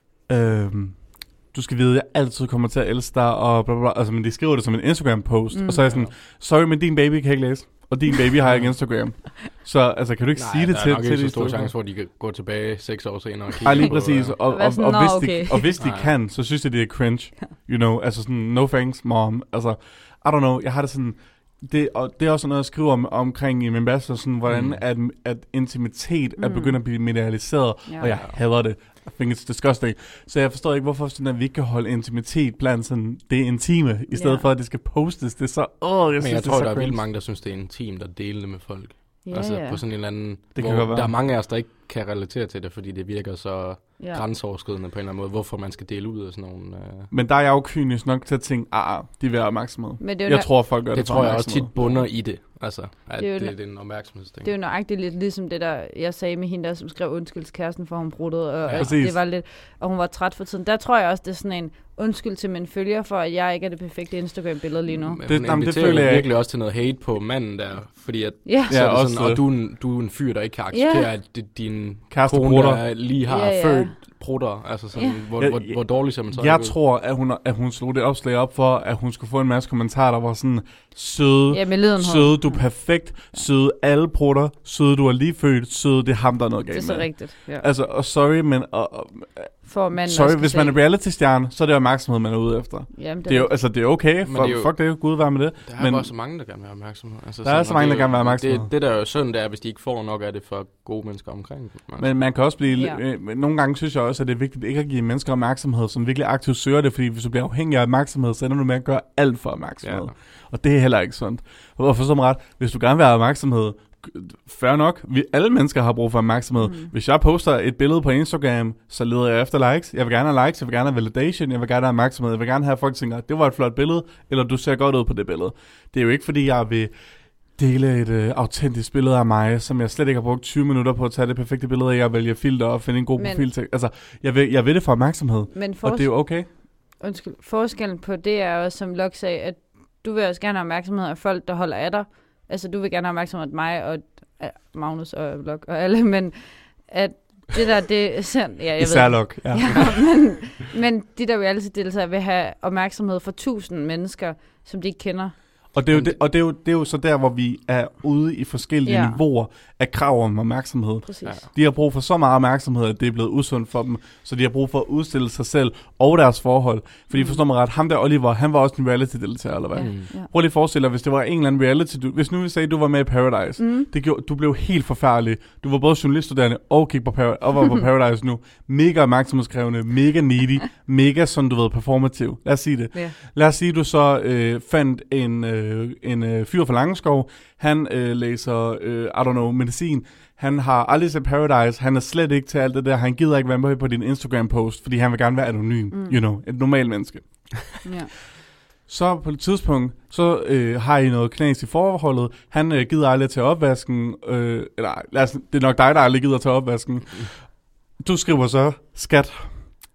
øhm, du skal vide, at jeg altid kommer til at elske dig, og bla, bla, bla. Altså, men de skriver det som en Instagram-post, Mm. og så er jeg sådan, sorry, men din baby kan ikke læse, og din baby har ikke Instagram. Så altså, kan du ikke Nej, sige det der til, er nok til ikke de så stor store- chance for, at de kan gå tilbage seks år senere og kigge Ej, lige på, præcis. øh, Og, Og være og, sådan, og, "Nå, hvis okay." de, og hvis de Nej. kan, så synes jeg, det er cringe. You know, altså sådan, no thanks, mom. Altså, I don't know, jeg har det sådan, det, og det er også noget, jeg skriver om, omkring i min bachelor, sådan, hvordan Mm. at, at intimitet er Mm. begyndt at blive medialiseret, Ja. og jeg hader det. I think it's disgusting. Så jeg forstår ikke, hvorfor sådan, at vi ikke kan holde intimitet blandt sådan, det intime, i stedet Ja. for, at det skal postes. Det er så, åh, jeg Men synes, jeg det tror, er så der er vildt cringe. mange, der synes, det er intimt at dele det med folk. Ja, altså ja. på sådan en eller anden... kan hvor godt være. der er mange af os, der ikke kan relatere til det, fordi det virker så ja. grænseoverskridende på en eller anden måde, hvorfor man skal dele ud af sådan nogle... Øh... Men der er jeg jo kynisk nok til at tænke, ah, de vil have opmærksomhed. Men det er jo Jeg nø- tror, folk gør det, Det for tror jeg også tit opmærksomhed. bunder i det. Altså, at Det er det, jo det, det er en opmærksomhedsting. Det er jo nøjagtigt lidt ligesom det der, jeg sagde med hende der, som skrev undskyld til kæresten, for hun bruttede, og Ja. ja, Præcis. det var lidt, og hun var træt for tiden. Der tror jeg også, det er sådan en undskyld til mine følgere, for at jeg ikke er det perfekte Instagram-billede lige nu. Men Det- det, jamen, det det føler jeg virkelig også til noget hate på manden der, fordi at, Ja, så er Ja, det også sådan, det. og du er, en, du er en fyr, der ikke kan acceptere, Ja. at det, din Kæreste kone brutter. der lige har Ja, ja. født prutter. Altså sådan, Ja. hvor, Jeg- hvor, hvor dårligt ser man så Jeg ikke ud? tror, at hun, at hun slog det opslag op for, at hun skulle få en masse kommentarer, der var sådan, søde, ja med lidenhed. søde, du er perfekt, søde, alle prutter, søde, du er lige født, søde, det er ham, der er noget Det er galt så med. rigtigt, ja. Altså, og sorry, men og, og, For manden sorry, også hvis kan man se- er reality-stjerne, så er det opmærksomhed, man er ude efter. Jamen, Det er jo, altså, det er okay, Men for, det er jo- fuck det, Gud være med det. Der er Men- bare så mange, der gerne vil have opmærksomhed. Altså, Der er så og mange, det der gerne vil have jo- opmærksomhed. Det, det der er jo synd, det er, hvis de ikke får nok af det for gode mennesker omkring dem. Altså. Men man kan også blive, Ja. øh, men nogle gange synes jeg også, at det er vigtigt ikke at give mennesker opmærksomhed, som virkelig aktivt søger det, fordi hvis du bliver afhængig af opmærksomhed, så ender du med at gøre alt for opmærksomhed. Ja. Og det er heller ikke sundt. Og forstå mig ret, hvis du gerne vil have opmærksomhed, fair nok, vi, alle mennesker har brug for opmærksomhed. Mm. Hvis jeg poster et billede på Instagram, så leder jeg efter likes. Jeg vil gerne have likes, jeg vil gerne have validation, jeg vil gerne have opmærksomhed, jeg vil gerne have, at folk tænker, det var et flot billede, eller du ser godt ud på det billede. Det er jo ikke, fordi jeg vil dele et øh, autentisk billede af mig, som jeg slet ikke har brugt tyve minutter på at tage det perfekte billede af, jeg vælger filter og finde en god Men- profiltekst. Altså, jeg vil, jeg vil det for opmærksomhed, Men og for, det er jo okay. undskyld, forskellen på det er også, som Lok sagde, at du vil også gerne have opmærksomhed af folk, der holder af dig. Altså, du vil gerne have opmærksomhed af mig og ja, Magnus og Lok og alle, men at det der, det er sådan, ja, jeg Især ved. Lok, ja. Ja, men, men de der reality-deltagere vil have opmærksomhed for tusind mennesker, som de ikke kender. Og det er jo, det, og det er jo, det er jo så der, hvor vi er ude i forskellige Ja. niveauer af krav om opmærksomhed. Præcis. Ja. De har brug for så meget opmærksomhed, at det er blevet usundt for dem, så de har brug for at udstille sig selv og deres forhold. Fordi Mm. forstår mig ret, ham der Oliver, han var også en reality-deltager, eller hvad? Ja, Mm. ja. Prøv lige at forestille dig, hvis det var en eller anden reality, du, hvis nu vi sagde, at du var med i Paradise, Mm. det gjorde, du blev helt forfærdelig. Du var både journaliststuderende og gik på Paradise, og var på Paradise nu. Mega opmærksomhedskrævende, mega needy, mega sådan, du ved, performativ. Lad os sige det. Ja. Lad os sige, at du så øh, fandt en, øh, en øh, fyr fra Langeskov. Han øh, læser, øh, I don't know, medicin. Han har aldrig set Paradise. Han er slet ikke til alt det der. Han gider ikke være med på din Instagram-post, fordi han vil gerne være anonym. Mm. You know, et normalt menneske. Ja. Så på et tidspunkt, så øh, har I noget knas i forholdet. Han øh, gider aldrig tage opvasken. Øh, eller lad os, det er nok dig, der aldrig gider tage opvasken. Du skriver så, skat,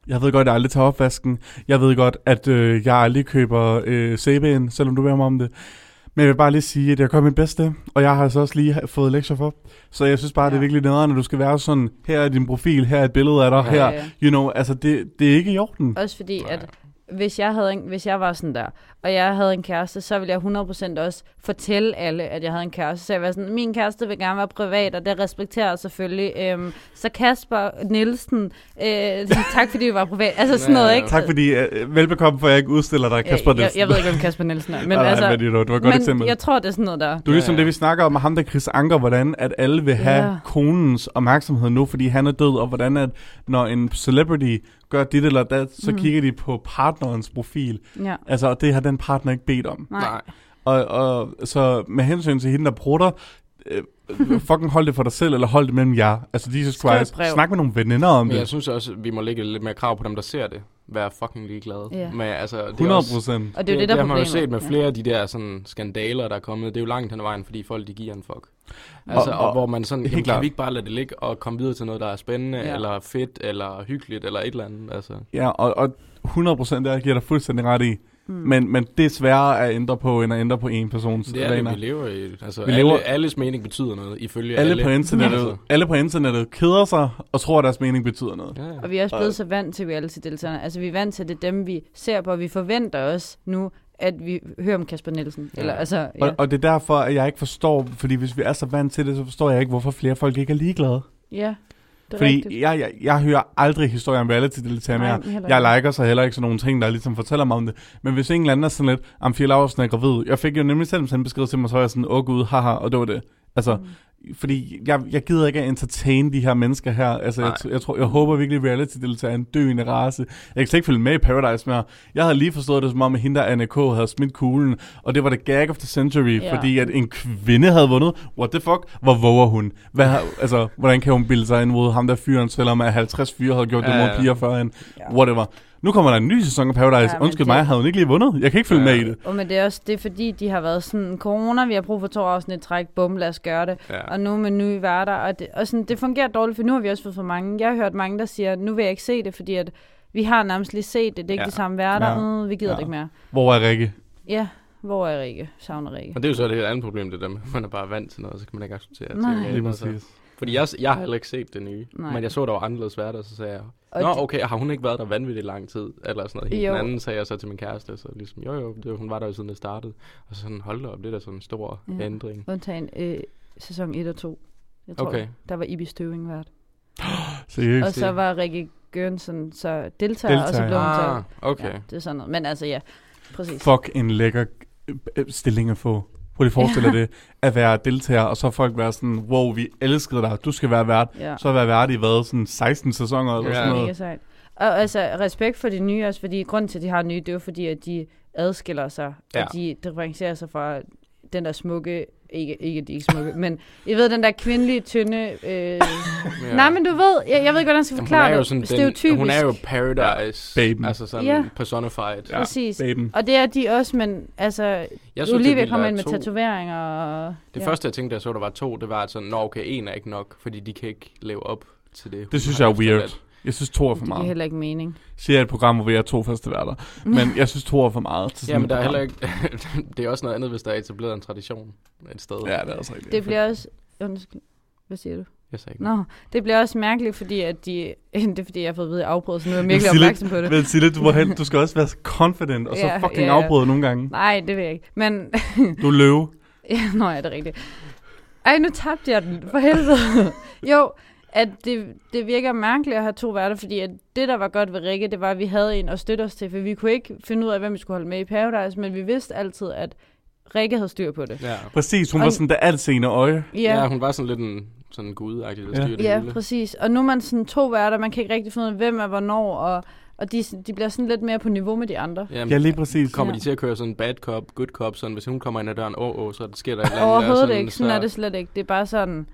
Jeg ved godt, at jeg aldrig tager opvasken. Jeg ved godt, at øh, jeg aldrig køber øh, sæben, selvom du beder mig om det. Men jeg vil bare lige sige, at jeg gør mit bedste, og jeg har altså også lige fået lektier for. Så jeg synes bare, ja. det er virkelig nederen, når du skal være sådan, her er din profil, her er et billede af dig, ja, her, ja. you know, altså det, det er ikke i orden. Også fordi, Nej. at hvis jeg, havde en, hvis jeg var sådan der, og jeg havde en kæreste, så ville jeg hundrede procent også fortælle alle, at jeg havde en kæreste. Så jeg var sådan, min kæreste vil gerne være privat, og det respekterer jeg selvfølgelig. Øhm, så Kasper Nielsen, øh, tak fordi du var privat. Altså sådan noget, ikke? Tak fordi, uh, velbekomme, for jeg ikke udstiller dig, Kasper Nielsen. Jeg, jeg ved ikke, hvem Kasper Nielsen er. Men, nej, altså, nej, men det var et godt eksempel. Jeg tror, det er sådan noget der. Du er ligesom ja, ja. det, vi snakker om, ham der Chris Anker, hvordan at alle vil have ja. konens opmærksomhed nu, fordi han er død, og hvordan at når en celebrity gør dit eller dat, så mm. kigger de på partnerens profil. Ja. Altså, og det har den partner ikke bedt om. Nej. Og, og så med hensyn til hende, der prutter, øh, fucking hold det for dig selv, eller hold det mellem jer. Altså, Jesus Christ, snak med nogle veninder om Men det. jeg synes også, vi må lægge lidt mere krav på dem, der ser det. Vær fucking ligeglade. Yeah. Men, altså, det hundrede procent. Og det er jo det, der det, er det har man jo problemet. set med flere af de der sådan, skandaler, der er kommet. Det er jo langt hen ad vejen, fordi folk de giver en fuck. Altså, og, og, og hvor man sådan, jamen, kan vi ikke bare lade det ligge og komme videre til noget, der er spændende, ja. eller fedt, eller hyggeligt, eller et eller andet. Altså. Ja, og, og hundrede procent der giver dig fuldstændig ret i. Mm. Men, men det er sværere at ændre på, end at ændre på en persons det er vaner. Det, vi lever i. Altså, vi alle, lever, alles mening betyder noget, ifølge alle. Alle på internettet, altså. alle på internettet keder sig, og tror, at deres mening betyder noget. Ja. Og vi er også blevet så vant til reality-deltagerne. Altså, vi er vant til, det dem, vi ser på, og vi forventer også nu, at vi hører om Kasper Nielsen. Ja. Eller, altså, ja. og, og det er derfor, at jeg ikke forstår, fordi hvis vi er så vant til det, så forstår jeg ikke, hvorfor flere folk ikke er ligeglade. Ja. Fordi jeg, jeg, jeg hører aldrig historier om reality-deltager mere. Jeg liker så heller ikke sådan nogle ting, der ligesom fortæller mig om det. Men hvis ingen anden er sådan lidt, om Fie Laursen er gravid. Jeg fik jo nemlig selv sådan en besked til mig, så var jeg sådan, åh gud, haha, og det var det. Altså, mm. fordi jeg, jeg gider ikke at entertain de her mennesker her. Altså, jeg, jeg, tror, jeg håber virkelig, at reality-deltager er en døende race. Jeg kan slet ikke følge med i Paradise mere. Jeg havde lige forstået det som om, at hende der Anna K. havde smidt kuglen, og det var the gag of the century, yeah. fordi at en kvinde havde vundet. What the fuck? Hvor våger hun? Hvad, altså, hvordan kan hun bilde sig ind mod ham der fyren, selvom at halvtreds fyre havde gjort det mod piger før hende? Yeah. Whatever. Nu kommer der en ny sæson af Paradise. Ja, Undskyld det... mig, havde hun ikke lige vundet. Jeg kan ikke følge ja. med i det. Og men det er også det er fordi, de har været sådan, corona, vi har brug for to afsnit træk, bum, lad os gøre det. Ja. Og nu med nye værter, og, det, og sådan, det fungerer dårligt, for nu har vi også fået for mange. Jeg har hørt mange, der siger, nu vil jeg ikke se det, fordi at vi har nærmest lige set det. Det er ikke ja. de samme værter, ja. vi gider ja. det ikke mere. Hvor er Rikke? Ja, hvor er Rikke? Savner Rikke. Og det er jo så det et andet problem, det der med, man er bare vant til noget, så kan man ikke acceptere det. Nej. Det er Fordi jeg, jeg har heller ikke set det nye, Nej. men jeg så, der var anderledes værter, så sagde jeg, nå okay, har hun ikke været der vanvittigt lang tid, eller sådan noget. Helt den anden sagde jeg så til min kæreste, så ligesom, jo jo, det, hun var der jo siden det startede. Og så sådan, hold da op, det er da sådan en stor ja. ændring. Undtagen øh, sæson et og to. Jeg tror, okay. der var Ibi Støving vært. Seriøst? Og så var Rikke Gørnsen så deltager, deltager. og så blev hun ah, okay. Ja, det er sådan noget. Men altså ja, præcis. Fuck en lækker stilling at få. Prøv lige at forestille dig ja. det, at være deltager, og så folk være sådan, wow, vi elskede dig, du skal være vært. Ja. Så være vært i hvad, sådan seksten sæsoner eller ja. sådan noget. Mega sejt. Og altså, respekt for de nye også, fordi grunden til, at de har nye, det er jo fordi, at de adskiller sig, ja. og de differentierer sig fra den der smukke, ikke, ikke de ikke smukke, men jeg ved, den der kvindelige, tynde, øh, ja. nej, men du ved, jeg, jeg ved ikke, hvordan jeg skal forklare det, stereotypisk. Hun er jo Paradise, ja. Baben. altså sådan ja. personified. Ja. Præcis, Baben. Og det er de også, men altså, jeg du lige ved at komme ind med to. tatoveringer. Og, det ja. første, jeg tænkte, da jeg så, der var to, det var at sådan, nå okay, en er ikke nok, fordi de kan ikke leve op til det. Det synes jeg er weird. Jeg synes, to er for meget. Det giver heller ikke mening. Siger et program, hvor vi er to første værter. Men jeg synes, to er for meget til sådan ja, men der er heller ikke... det er også noget andet, hvis der er etableret en tradition et sted. Ja, det er også rigtigt. Det bliver også... Undskyld. Hvad siger du? Jeg sagde ikke. Nå, det bliver også mærkeligt, fordi at de... det er fordi, jeg har fået at vide afbrudt, så nu er jeg virkelig opmærksom på det. Men Sille, du, må hen, du skal også være confident, og så ja, fucking ja, ja. afbryde nogle gange. Nej, det vil jeg ikke. Men... du er løve. Ja, nå ja, det er rigtigt. Ej, nu tabte jeg den. For helvede. Jo... at det, det virker mærkeligt at have to værter, fordi at det, der var godt ved Rikke, det var, at vi havde en at støtte os til, for vi kunne ikke finde ud af, hvem vi skulle holde med i Paradise, men vi vidste altid, at Rikke havde styr på det. Ja. Præcis, hun og, var sådan der altseende øje. Ja. ja, hun var sådan lidt en sådan gudagtig, der ja. styrte det Ja, hele. præcis. Og nu er man sådan to værter, man kan ikke rigtig finde ud af, hvem er hvornår, og, og de, de bliver sådan lidt mere på niveau med de andre. Jamen, ja, lige præcis. Kommer ja. de til at køre sådan bad cop, good cop, sådan hvis hun kommer ind ad døren, åh, oh, oh, så sker der et eller andet. Overhovedet sådan, ikke, sådan så... er det slet ikke. Det er bare sådan...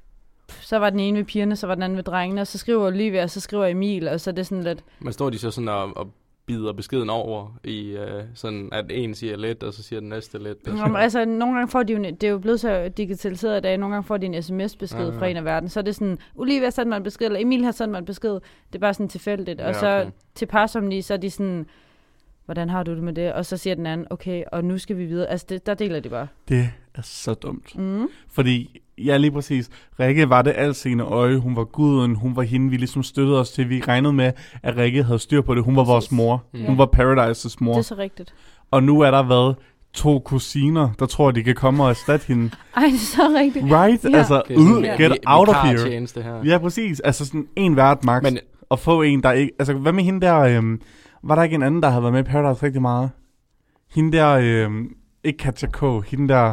så var den ene ved pigerne, så var den anden ved drengene, og så skriver Olivia, og så skriver Emil, og så er det sådan lidt... Men står de så sådan og, og bider beskeden over i øh, sådan, at en siger lidt, og så siger den næste lidt. Jamen, altså, nogle gange får de jo, det er jo blevet så digitaliseret i dag, nogle gange får de en sms-besked ja, ja. fra en af verden, så er det sådan, Olivia har sendt mig en besked, eller Emil har sendt mig en besked, det er bare sådan tilfældigt, og ja, okay. så til Parsomni, så er de sådan, hvordan har du det med det? Og så siger den anden, okay, og nu skal vi videre. Altså, det, der deler de bare. Det er så dumt. Mm. Fordi, ja, lige præcis, Rikke var det altseende øje, hun var guden, hun var hende, vi ligesom støttede os til, vi regnede med, at Rikke havde styr på det. Hun var præcis. Vores mor. Mm. Hun var Paradises mor. Det er så rigtigt. Og nu er der været to kusiner, der tror, de kan komme og erstatte hende. Ej, det er så rigtigt. Right? Ja. Altså, ud, ja. get vi, out vi of here. Tjeneste her. Ja, præcis. Altså sådan en hvert max. Men og få en, der ikke... Altså, hvad med hende der... Øhm, var der ikke en anden, der havde været med i Paradise rigtig meget? Hende der... Øhm, ikke Katja K. Hende der...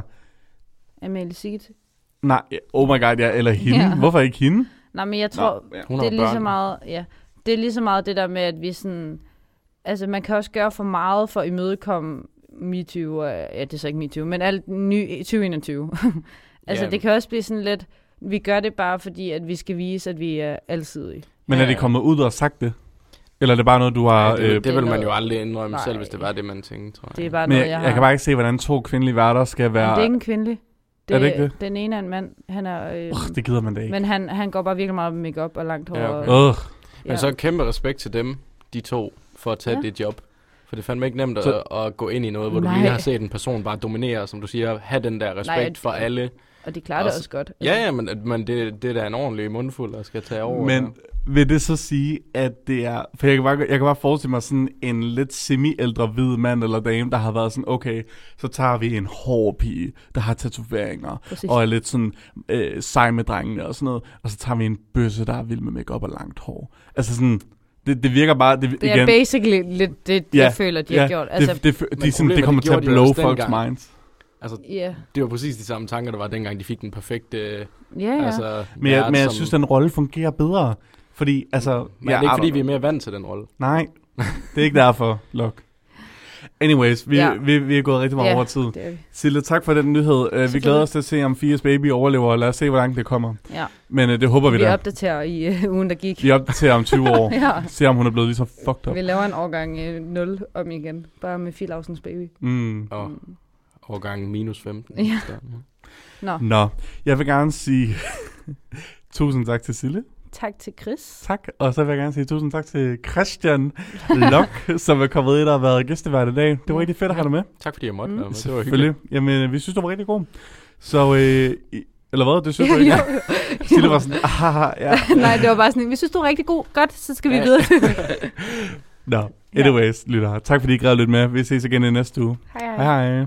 Amalie Sigget. Nej, oh my god, ja. Eller hende. Ja. Hvorfor ikke hende? Nej, men jeg tror, Nå, ja. Hun det er lige så børn. meget... Ja, det er lige så meget det der med, at vi sådan... Altså, man kan også gøre for meget for at imødekomme MeToo. Og, ja, det er så ikke MeToo, men alt ny tyve enogtyve. altså, Ja. det kan også blive sådan lidt... Vi gør det bare fordi, at vi skal vise, at vi er alsidige. Men Ja, er det ja. kommet ud og sagt det? Eller er det bare noget, du har... Ja, det, øh, det, det vil man noget- jo aldrig indrømme Nej. selv, hvis det var det, man tænkte, tror jeg. Det er bare men noget, jeg, jeg har... jeg kan bare ikke se, hvordan to kvindelige værter skal være... Men det er ikke en kvindelig. Det Er det ikke det? Den ene er en mand. Han er... Øh, Uh, det gider man da ikke. men han, han går bare virkelig meget med make-up og langt hår. Ja, okay. og, Ugh. Men så kæmpe respekt til dem, de to, for at tage Ja. ja. det job. For det er fandme ikke nemt at, Så- at gå ind i noget, hvor Nej. du lige har set en person bare dominere, som du siger, have den der respekt Nej, for alle. Og de klarer det Også- også godt. Ja, ja, men, men det, det er da en ordentlig mundfuld, der skal tage over. Men her. vil det så sige, at det er... For jeg kan bare, jeg kan bare forestille mig sådan en lidt semi-ældre hvid mand eller dame, der har været sådan, okay, så tager vi en hård pige, der har tatoveringer, Præcis. og er lidt sådan øh, sej med drengene og sådan noget, og så tager vi en bøsse, der er vild med makeup og langt hår. Altså sådan... Det, det virker bare... Det, Det er igen, basically lidt det, Ja, jeg føler, de ja, har gjort. Altså, det, det, det, de, sådan, problemet det er, kommer de til at gjorde det jo blow også folks dengang. minds. Altså, ja. det var præcis de samme tanker, der var dengang, de fik den perfekte... Ja, ja. Altså, Men jeg, vært, men jeg som- synes, den rolle fungerer bedre. Fordi, altså... Men er ja, det ikke, I fordi don't vi er know. mere vant til den rolle? Nej, det er ikke derfor, Lok. Anyways, vi, Ja. vi, vi er gået rigtig meget Ja, over tid. det er vi. Sille, tak for den nyhed. Uh, vi Selvfølgelig. glæder os til at se, om Fias Baby overlever, og lad os se, hvor langt det kommer. Ja. Men uh, det håber vi, Vi da. opdaterer i uh, ugen, der gik. Vi opdaterer om tyve år. Ja. Se, om hun er blevet lige så fucked up. Vi laver en årgang uh, nul om igen. Bare med Fie Lausens baby. Mm. Og Mm. årgang minus femten. Ja. Så, Nå, Nå, jeg vil gerne sige tusind tak til Sille. tak til Chris. Tak. Og så vil jeg gerne sige tusind tak til Christian Lok, som er kommet ind og har været gæstevært i dag. Det var rigtig fedt at have dig med. Tak fordi jeg måtte Mm. være med. Det var hyggeligt. Selvfølgelig. Jamen, vi synes, du var rigtig god. Så, øh, i- eller hvad? Det synes du Ja, ikke? jo. Sille var sådan, ah, ja. Nej, det var bare sådan, vi synes, du er rigtig god. Godt, så skal vi Ja. videre. Nå, anyways, lytter. Tak fordi I gad lidt med. Vi ses igen i næste uge. Hej, Hej hej.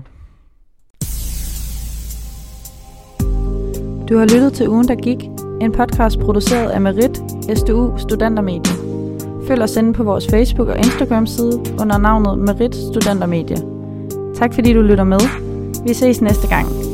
Du har lyttet til Ugen, der gik. En podcast produceret af Merit, S D U Studentermedie. Følg os inde på vores Facebook- og Instagram-side under navnet Merit Studentermedie. Tak fordi du lytter med. Vi ses næste gang.